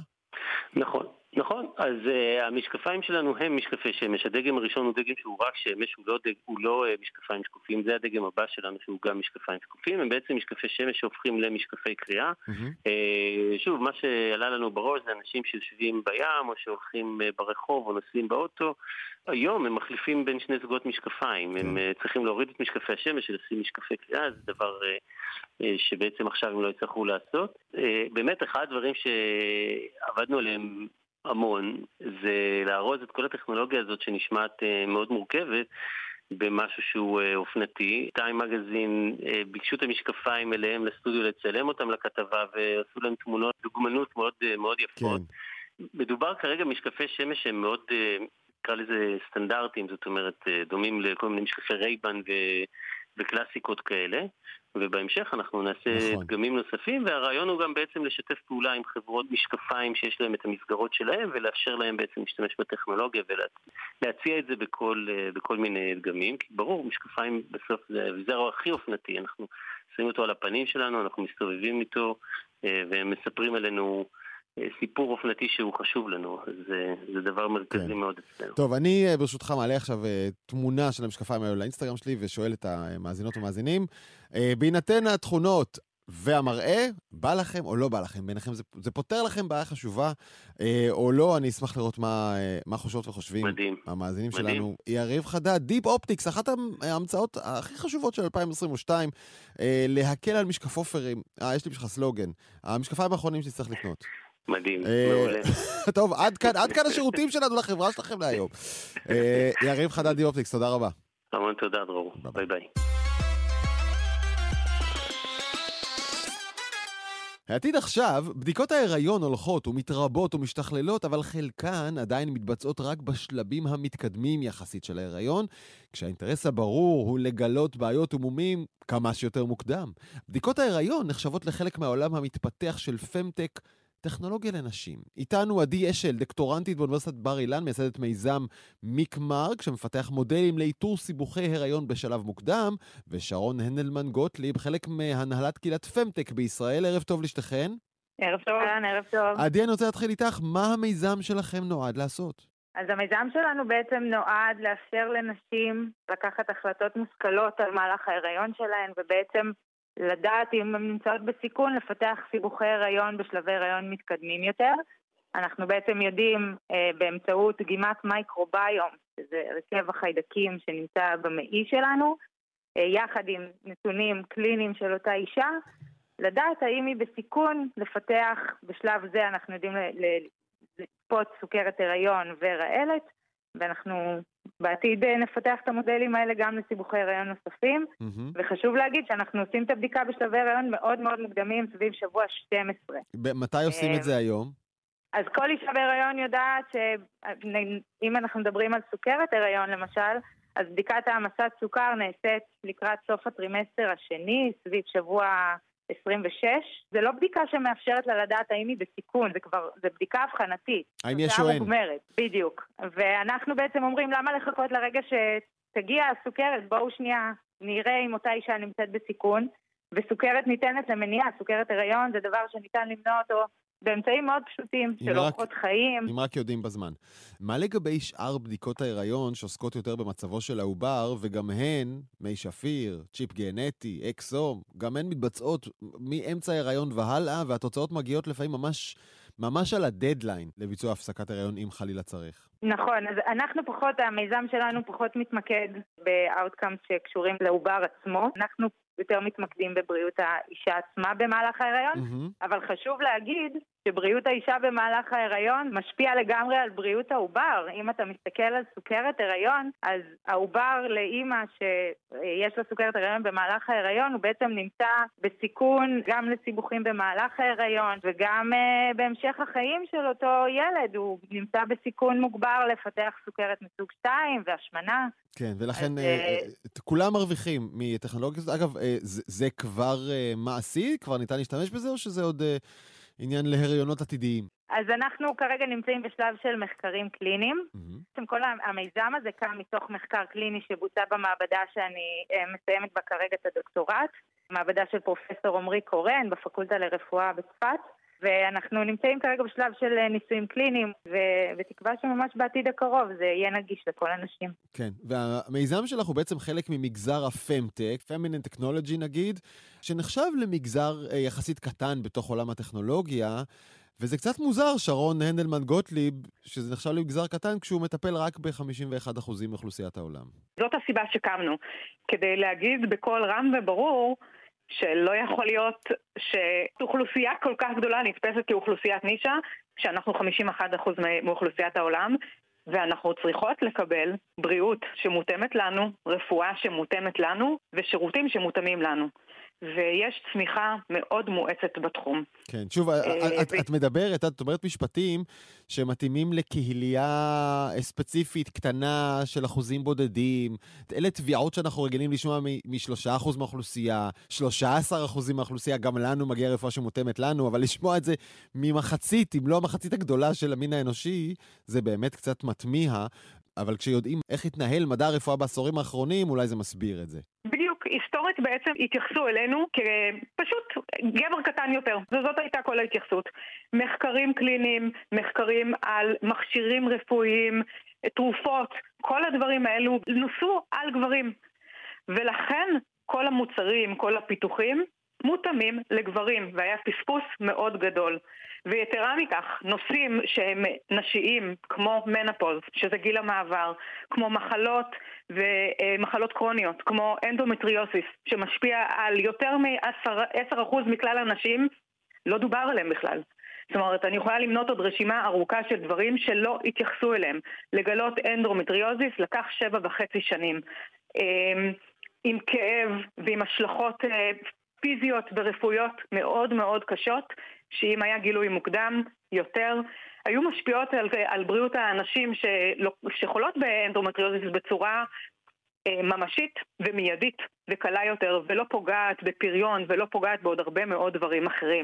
נכון. אז המשקפיים שלנו הם משקפי שמש. הדגם הראשון הוא דגם שהוא רק שמש, הוא לא משקפיים שקופים. זה הדגם הבא שלנו שהוא גם משקפיים שקופים. הם בעצם משקפי שמש שהופכים למשקפי קריאה. שוב, מה שעלה לנו בראש זה אנשים שיושבים בים או שהולכים ברחוב או נוסעים באוטו. היום הם מחליפים בין שני זוגות משקפיים. הם צריכים להוריד את משקפי השמש ולשים משקפי קריאה. זה דבר שבעצם עכשיו הם לא יצטרכו לעשות. באמת אחד הדברים שעבדנו עליהם המון, זה להרוז את כל הטכנולוגיה הזאת שנשמעת מאוד מורכבת במשהו שהוא אופנתי. טיים מגזין ביקשו את המשקפיים אליהם לסטודיו לצלם אותם לכתבה ועשו להם תמונות דוגמנות מאוד, מאוד יפות. כן. מדובר כרגע משקפי שמש שהם מאוד, נקרא לזה סטנדרטים, זאת אומרת דומים לכל מיני משקפי רייבן וקלאסיקות כאלה. ובהמשך אנחנו נעשה דגמים נוספים, והרעיון הוא גם בעצם לשתף פעולה עם חברות משקפיים שיש להם את המסגרות שלהם, ולאפשר להם בעצם להשתמש בטכנולוגיה, ולהציע את זה בכל מיני דגמים, כי ברור, משקפיים בסוף זה האביזר הכי אופנתי, אנחנו שמים אותו על הפנים שלנו, אנחנו מסתובבים איתו, והם מספרים עלינו סיפור אופנתי שהוא חשוב לנו, אז זה דבר מרכזי מאוד אצלנו. טוב, אני ברשותך מעלה עכשיו תמונה של המשקפיים האלו לאינסטגרם שלי, ושואל את המאזינות ומאזינים, בהינתן התכונות והמראה, בא לכם או לא בא לכם? ביניכם זה פותר לכם בעיה חשובה, או לא? אני אשמח לראות מה חושבות וחושבים המאזינים שלנו. יריב חדד, דיפ אופטיקס, אחת ההמצאות הכי חשובות של 2022, להקל על משקפופרים. יש לי בשביל סלוגן, המשקפיים האחרונים שצריך לקנות. מדהים, מעולה. טוב, עד כאן השירותים שלנו לחברה שלכם להיום. יריב חדד דיפ אופטיקס, תודה רבה. המון תודה, דרור. ביי ביי. העתיד עכשיו, בדיקות ההיריון הולכות ומתרבות ומשתכללות, אבל חלקן עדיין מתבצעות רק בשלבים המתקדמים יחסית של ההיריון, כשהאינטרס הברור הוא לגלות בעיות ומומים כמה שיותר מוקדם. בדיקות ההיריון נחשבות לחלק מהעולם המתפתח של פמטק, טכנולוגיה לנשים. איתנו עדי אשל, דוקטורנטית באוניברסיטת בר אילן, מייסדת מיזם מיקמרק, שמפתח מודלים לאיתור סיבוכי הריון בשלב מוקדם, ושרון הנדלמן גוטליב, חלק מהנהלת קהילת פמטק בישראל. ערב טוב לשתכן. ערב טוב. ערב טוב. עדי, אני רוצה להתחיל איתך, מה המיזם שלכם נועד לעשות? אז המיזם שלנו בעצם נועד לאפשר לנשים לקחת החלטות מושכלות על מהלך ההיריון שלהן, ובעצם לדעת אם הן נמצאות בסיכון לפתח סיבוכי הריון בשלבי הריון מתקדמים יותר. אנחנו בעצם יודעים באמצעות דגימת מייקרוביום, שזה הרכב החיידקים שנמצא במעי שלנו, יחד עם נתונים קליניים של אותה אישה, לדעת האם היא בסיכון לפתח, בשלב זה אנחנו יודעים לצפות סוכרת הריון ורעלת, ואנחנו בעתיד נפתח את המודלים האלה גם לסיבוכי הריון נוספים, וחשוב להגיד שאנחנו עושים את הבדיקה בשלבי הריון מאוד מאוד מוקדמים, סביב שבוע 12. מתי עושים את זה היום? אז כל אישה בהיריון יודעת שאם אנחנו מדברים על סוכרת הריון למשל, אז בדיקת העמסת סוכר נעשית לקראת סוף הטרימסטר השני, סביב שבוע 26. זה לא בדיקה שמאפשרת לה לדעת האם היא בסיכון, זה בדיקה הבחנתית. האם יש או אין? בדיוק. ואנחנו בעצם אומרים, למה לחכות לרגע שתגיע הסוכרת? בואו שנייה נראה אם אותה אישה נמצאת בסיכון, וסוכרת ניתנת למניעה. סוכרת הריון זה דבר שניתן למנוע אותו באמצעים מאוד פשוטים, של אורחות חיים. אם רק יודעים בזמן. מה לגבי שאר בדיקות ההיריון שעוסקות יותר במצבו של העובר, וגם הן, מי שפיר, צ'יפ גנטי, אקסום, גם הן מתבצעות מאמצע ההיריון והלאה, והתוצאות מגיעות לפעמים ממש על הדדליין לביצוע הפסקת הריון אם חלילה צריך. נכון, אז המיזם שלנו פחות מתמקד ב-outcomes שקשורים לעובר עצמו. אנחנו יותר מתמקדים בבריאות האישה עצמה במהלך ההיריון, אבל חשוב להגיד שבריאות האישה במהלך ההיריון משפיע לגמרי על בריאות העובר. אם אתה מסתכל על סוכרת הריון, אז העובר לאמא שיש לה סוכרת הריון במהלך ההיריון, הוא בעצם נמצא בסיכון גם לסיבוכים במהלך ההיריון, וגם בהמשך החיים של אותו ילד, הוא נמצא בסיכון מוגבר לפתח סוכרת מסוג 2 והשמנה. כן, ולכן כולם מרוויחים מטכנולוגיות. אגב, זה כבר מעשי? כבר ניתן להשתמש בזה, או שזה עוד עניין להריונות עתידיים? אז אנחנו כרגע נמצאים בשלב של מחקרים קליניים. כל המיזם הזה קם מתוך מחקר קליני שבוצע במעבדה שאני מסיימת בה כרגע את הדוקטורט, מעבדה של פרופסור עמרי קורן בפקולטה לרפואה בצפת, ואנחנו נמצאים כרגע בשלב של ניסויים קליניים, ותקווה שממש בעתיד הקרוב זה יהיה נגיש לכל אנשים. כן, והמיזם שלך הוא בעצם חלק ממגזר הפמטק, Feminine Technology נגיד, שנחשב למגזר יחסית קטן בתוך עולם הטכנולוגיה, וזה קצת מוזר, שרון הנדלמן גוטליב, שזה נחשב למגזר קטן כשהוא מטפל רק ב-51% מאוכלוסיית העולם. זאת הסיבה שקמנו, כדי להגיד בכל רם וברור, שלא יכול להיות שאוכלוסייה כל כך גדולה נתפסת כאוכלוסיית נישה, כשאנחנו 51% מאוכלוסיית העולם, ואנחנו צריכות לקבל בריאות שמותאמת לנו, רפואה שמותאמת לנו, ושירותים שמותאמים לנו. ויש צמיחה מאוד מואצת בתחום. כן, שוב, את מדברת, את אומרת משפטים שמתאימים לקהילייה ספציפית קטנה של אחוזים בודדים. אלה תביעות שאנחנו רגילים לשמוע מ3% מהאוכלוסייה, 13% מהאוכלוסייה, גם לנו מגיע רפואה שמותאמת לנו, אבל לשמוע את זה ממחצית, אם לא המחצית הגדולה של המין האנושי, זה באמת קצת מתמיע, אבל כשיודעים איך התנהל מדע הרפואה בעשורים האחרונים, אולי זה מסביר את זה. בדיוק, היסטורית בעצם התייחסו אלינו כפשוט גבר קטן יותר. זאת הייתה כל ההתייחסות. מחקרים קליניים, מחקרים על מכשירים רפואיים, תרופות, כל הדברים האלו נוסו על גברים. ולכן כל המוצרים, כל הפיתוחים, מותאמים לגברים, והיה פספוס מאוד גדול. ויתרה מכך, נושאים שהם נשיים, כמו מנופוז, שזה גיל המעבר, כמו מחלות ומחלות קרוניות, כמו אנדומטריוסיס, שמשפיע על יותר מ10% מכלל הנשים, לא דובר עליהם בכלל. זאת אומרת, אני יכולה למנות עוד רשימה ארוכה של דברים שלא התייחסו אליהם. לגלות אנדומטריוזיס לקח 7.5 שנים. עם כאב ועם השלכות פיזיות ורפואיות מאוד מאוד קשות, שאם היה גילוי מוקדם יותר, היו משפיעות על בריאות האנשים שחולות באנדומטריוזיס בצורה ממשית ומיידית וקלה יותר, ולא פוגעת בפריון ולא פוגעת בעוד הרבה מאוד דברים אחרים.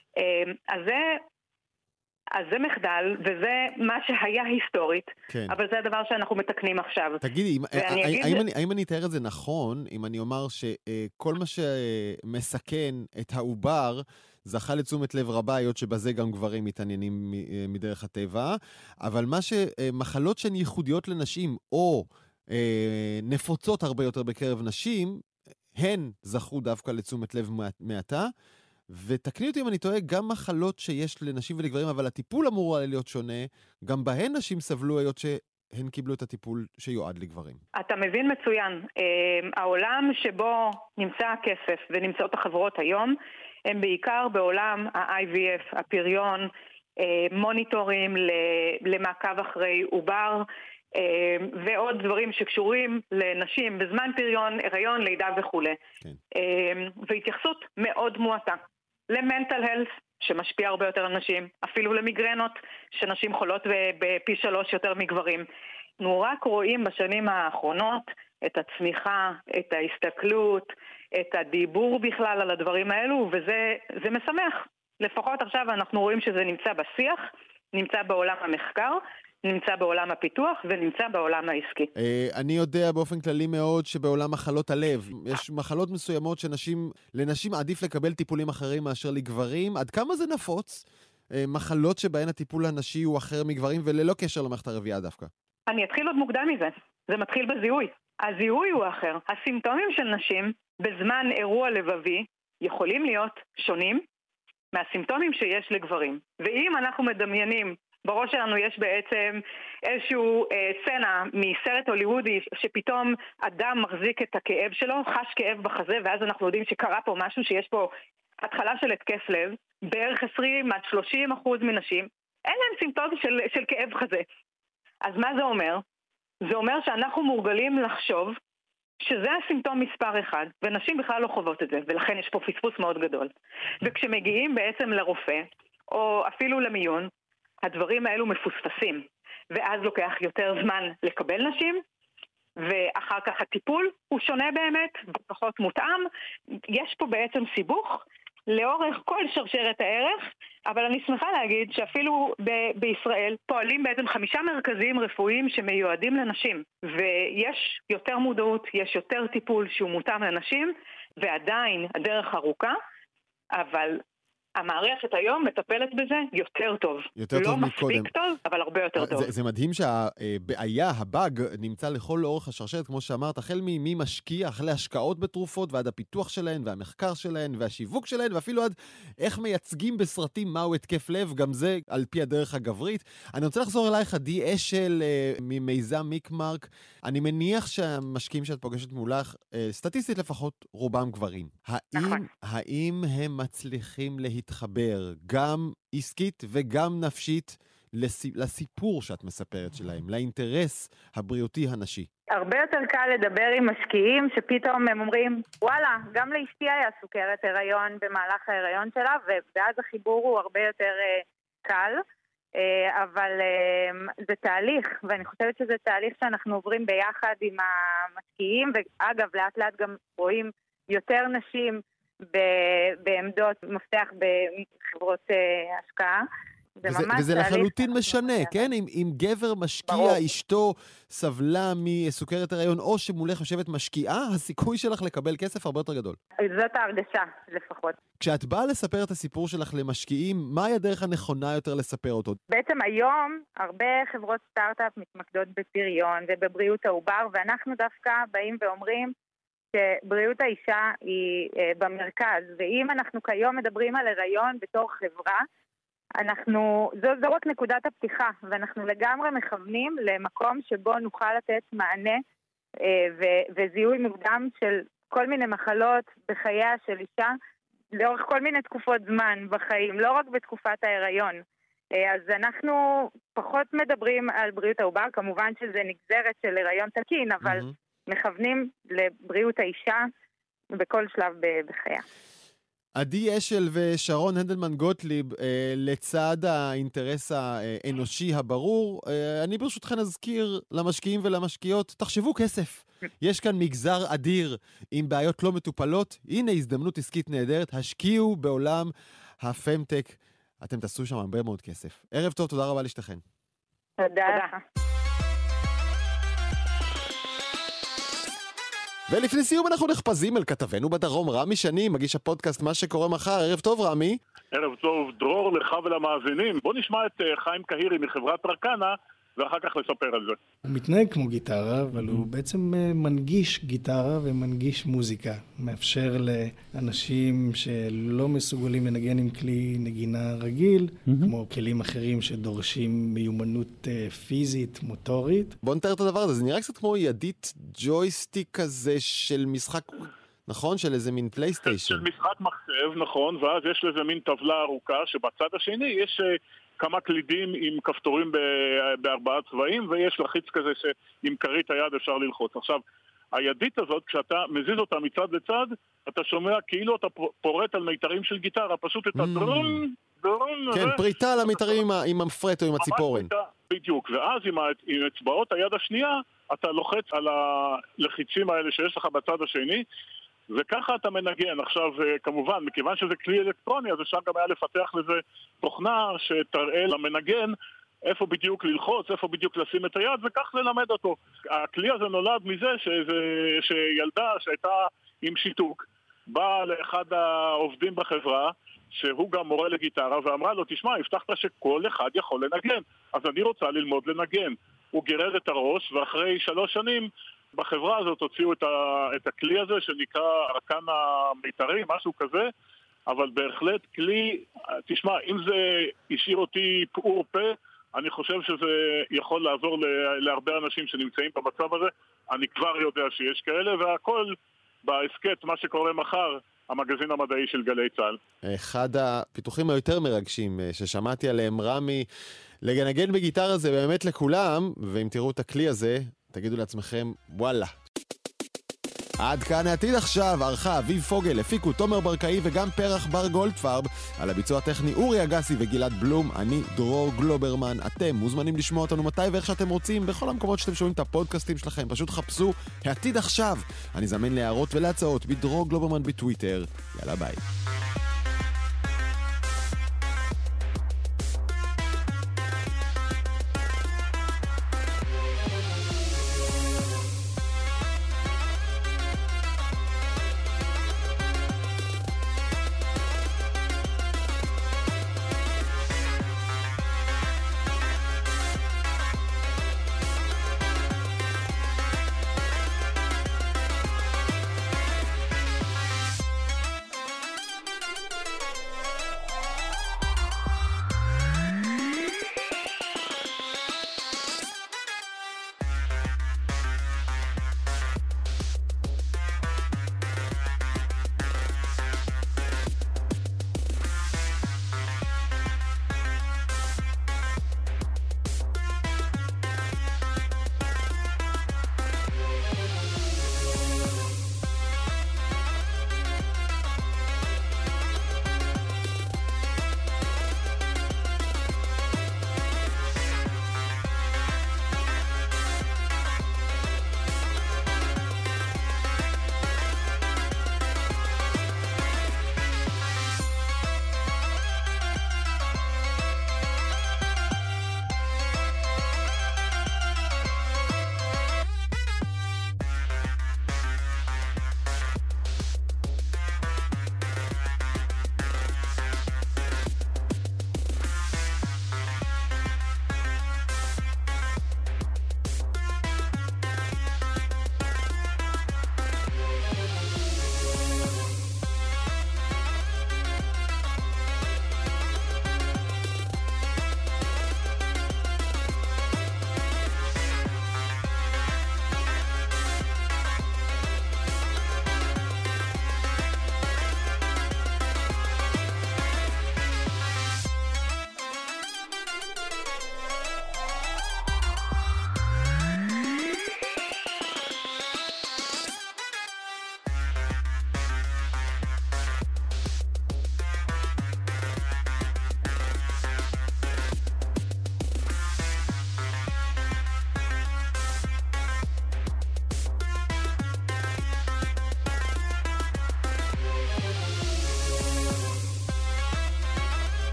אז זה מחדל, וזה מה שהיה היסטורית, כן. אבל זה הדבר שאנחנו מתקנים עכשיו. תגידי, האם אני אתאר את זה נכון, אם אני אומר שכל מה שמסכן את העובר, זכה לתשומת לב רבה, היות שבזה גם גברים מתעניינים מדרך הטבע, אבל מחלות שהן ייחודיות לנשים, או נפוצות הרבה יותר בקרב נשים, הן זכו דווקא לתשומת לב מעטה, ותקני אותי אם אני טועה, גם מחלות שיש לנשים ולגברים, אבל הטיפול אמור להיות שונה, גם בהן נשים סבלו היות שהן קיבלו את הטיפול שיועד לגברים. אתה מבין מצוין. העולם שבו נמצא הכסף ונמצאות החברות היום, הם בעיקר בעולם ה-IVF, הפריון, מוניטורים למעקב אחרי עובר, ועוד דברים שקשורים לנשים בזמן פריון, הריון, לידה וכו'. כן. והתייחסות מאוד מועטה. למנטל הלס, שמשפיע הרבה יותר על נשים, אפילו למיגרנות, שנשים חולות בפי 3 יותר מגברים. אנחנו רק רואים בשנים האחרונות את הצמיחה, את ההסתכלות, את הדיבור בכלל על הדברים האלו, וזה משמח. לפחות עכשיו אנחנו רואים שזה נמצא בשיח, נמצא בעולם המחקר, נמצא בעולם הפיתוח ונמצא בעולם העסקי. אני יודע באופן כללי מאוד שבעולם מחלות הלב, יש מחלות מסוימות לנשים עדיף לקבל טיפולים אחרים מאשר לגברים. עד כמה זה נפוץ? מחלות שבהן הטיפול הנשי הוא אחר מגברים וללא קשר למערכת הרבייה דווקא. אני אתחיל עוד מוקדם מזה. זה מתחיל בזיהוי. הזיהוי הוא אחר. הסימפטומים של נשים בזמן אירוע לבבי יכולים להיות שונים מהסימפטומים שיש לגברים. ואם אנחנו מדמיינים בראש שלנו יש בעצם איזשהו סצנה מסרט הוליוודי שפתאום אדם מחזיק את הכאב שלו, חש כאב בחזה, ואז אנחנו יודעים שקרה פה משהו, שיש פה התחלה של התקף לב, בערך 20-30% מנשים, אין להם סימפטום של כאב חזה. אז מה זה אומר? זה אומר שאנחנו מורגלים לחשוב שזה הסימפטום מספר אחד, ונשים בכלל לא חוות את זה, ולכן יש פה פספוס מאוד גדול. וכשמגיעים בעצם לרופא, או אפילו למיון, הדברים האלו מפוספסים, ואז לוקח יותר זמן לקבל נשים, ואחר כך הטיפול הוא שונה באמת, פחות מותאם. יש פה בעצם סיבוך לאורך כל שרשרת הערך, אבל אני שמחה להגיד שאפילו בישראל פועלים בעצם 5 מרכזים רפואיים שמיועדים לנשים, ויש יותר מודעות, יש יותר טיפול שהוא מותאם לנשים, ועדיין הדרך ארוכה, אבל המערכת היום מטפלת בזה יותר טוב. יותר לא טוב מספיק מקודם. טוב, אבל הרבה יותר טוב. זה מדהים שהבעיה, הבאג, נמצא לכל אורך השרשרת, כמו שאמרת, החל ממי משקיע, אחרי השקעות בתרופות, ועד הפיתוח שלהן, והמחקר שלהן, והשיווק שלהן, ואפילו עד איך מייצגים בסרטים מהו התקף לב, גם זה על פי הדרך הגברית. אני רוצה לחזור אלייך, עדי אשל, ממיזם מיקמרק. אני מניח שהמשקיעים שאת פוגשת מולך, סטטיסטית לפחות, רובם גברים. האם הם מצליחים להתחבר גם עסקית וגם נפשית לסיפור שאת מספרת שלהם, לאינטרס הבריאותי הנשי? הרבה יותר קל לדבר עם משקיעים שפתאום הם אומרים, וואלה, גם לאשתי היה סוכרת הריון במהלך ההריון שלה, ואז החיבור הוא הרבה יותר קל, אבל זה תהליך, ואני חושבת שזה תהליך שאנחנו עוברים ביחד עם המשקיעים, ואגב, לאט לאט גם רואים יותר נשים בעמדות מפתח בחברות השקעה. וזה לחלוטין משנה, כן? אם גבר משקיע, אשתו סבלה מסוכרת הריון, או שמולך יושבת משקיעה, הסיכוי שלך לקבל כסף הרבה יותר גדול. זאת ההרגשה, לפחות. כשאת באה לספר את הסיפור שלך למשקיעים, מהי הדרך הנכונה יותר לספר אותו? בעצם היום הרבה חברות סטארט-אפ מתמקדות בפריון ובבריאות העובר, ואנחנו דווקא באים ואומרים שבריאות האישה היא במרכז, ואם אנחנו כיום מדברים על הריון בתור חברה, זו רק נקודת הפתיחה, ואנחנו לגמרי מכוונים למקום שבו נוכל לתת מענה וזיהוי מוקדם של כל מיני מחלות בחייה של אישה, לאורך כל מיני תקופות זמן בחיים, לא רק בתקופת ההיריון. אז אנחנו פחות מדברים על בריאות העובר, כמובן שזה נגזרת של הריון תקין, אבל מכוונים לבריאות האישה בכל שלב בחייה. עדי אשל ושרון הנדלמן גוטליב, לצד האינטרס האנושי הברור, אני ברשותכן אזכיר למשקיעים ולמשקיעות, תחשבו כסף. יש כאן מגזר אדיר עם בעיות לא מטופלות. הנה הזדמנות עסקית נהדרת, השקיעו בעולם הפמטק. אתם תעשו שם הרבה מאוד כסף. ערב טוב, תודה רבה לשתכן. תודה. ולפני סיום אנחנו נחפזים אל כתבנו בדרום, רמי שני, מגיש הפודקאסט מה שקורה מחר. ערב טוב, רמי. ערב טוב, דרור, לך ולמאזינים. בוא נשמע את חיים קהירי מחברת רקנה, ואחר כך לספר על זה. הוא מתנהג כמו גיטרה, אבל הוא בעצם מנגיש גיטרה ומנגיש מוזיקה. מאפשר לאנשים שלא מסוגלים לנגן עם כלי נגינה רגיל, כמו כלים אחרים שדורשים מיומנות פיזית, מוטורית. בוא נתאר את הדבר הזה, זה נראה קצת כמו ידית ג'ויסטיק כזה של משחק, נכון? של איזה מין פלייסטיישן. של משחק מחשב, נכון, ואז יש לזה מין טבלה ארוכה, שבצד השני יש כמה קלידים עם כפתורים בארבעה צבעים, ויש לחיץ כזה שעם קרית היד אפשר ללחוץ. עכשיו, הידית הזאת, כשאתה מזיז אותה מצד לצד, אתה שומע כאילו אתה פורט על מיתרים של גיטרה, פשוט את הדרון, כן, פריטה על המיתרים עם המפרט או עם הציפורן. בדיוק, ואז עם אצבעות היד השנייה, אתה לוחץ על הלחיצים האלה שיש לך בצד השני, וככה אתה מנגן. עכשיו, כמובן, מכיוון שזה כלי אלקטרוני, אז אפשר גם היה לפתח לזה תוכנה שתראה למנגן איפה בדיוק ללחוץ, איפה בדיוק לשים את היד, וכך ללמד אותו. הכלי הזה נולד מזה שילדה שהייתה עם שיתוק, באה לאחד העובדים בחברה, שהוא גם מורה לגיטרה, ואמרה לו, תשמע, הבטחת שכל אחד יכול לנגן, אז אני רוצה ללמוד לנגן. הוא גירד את הראש, ואחרי 3 שנים, בחברה הזאת הוציאו את הכלי הזה שנקרא רקן המיתרי, משהו כזה, אבל בהחלט כלי, תשמע, אם זה השאיר אותי פעור פה, אני חושב שזה יכול לעזור להרבה אנשים שנמצאים במצב הזה. אני כבר יודע שיש כאלה, והכל בהסקט, מה שקורה מחר, המגזין המדעי של גלי צה"ל. אחד הפיתוחים היותר מרגשים ששמעתי עליהם, רמי, לגנגן בגיטרה זה באמת לכולם, ואם תראו את הכלי הזה, תגידו לעצמכם, וואלה. עד כאן העתיד עכשיו, ערכה אביב פוגל, הפיקו תומר ברקאי וגם פרח בר גולדפרב, על הביצוע הטכני אורי אגסי וגלעד בלום, אני דרור גלוברמן. אתם מוזמנים לשמוע אותנו מתי ואיך שאתם רוצים, בכל המקומות שאתם שומעים את הפודקאסטים שלכם, פשוט חפשו העתיד עכשיו. אני זמין להערות ולהצעות בדרור גלוברמן בטוויטר. יאללה ביי.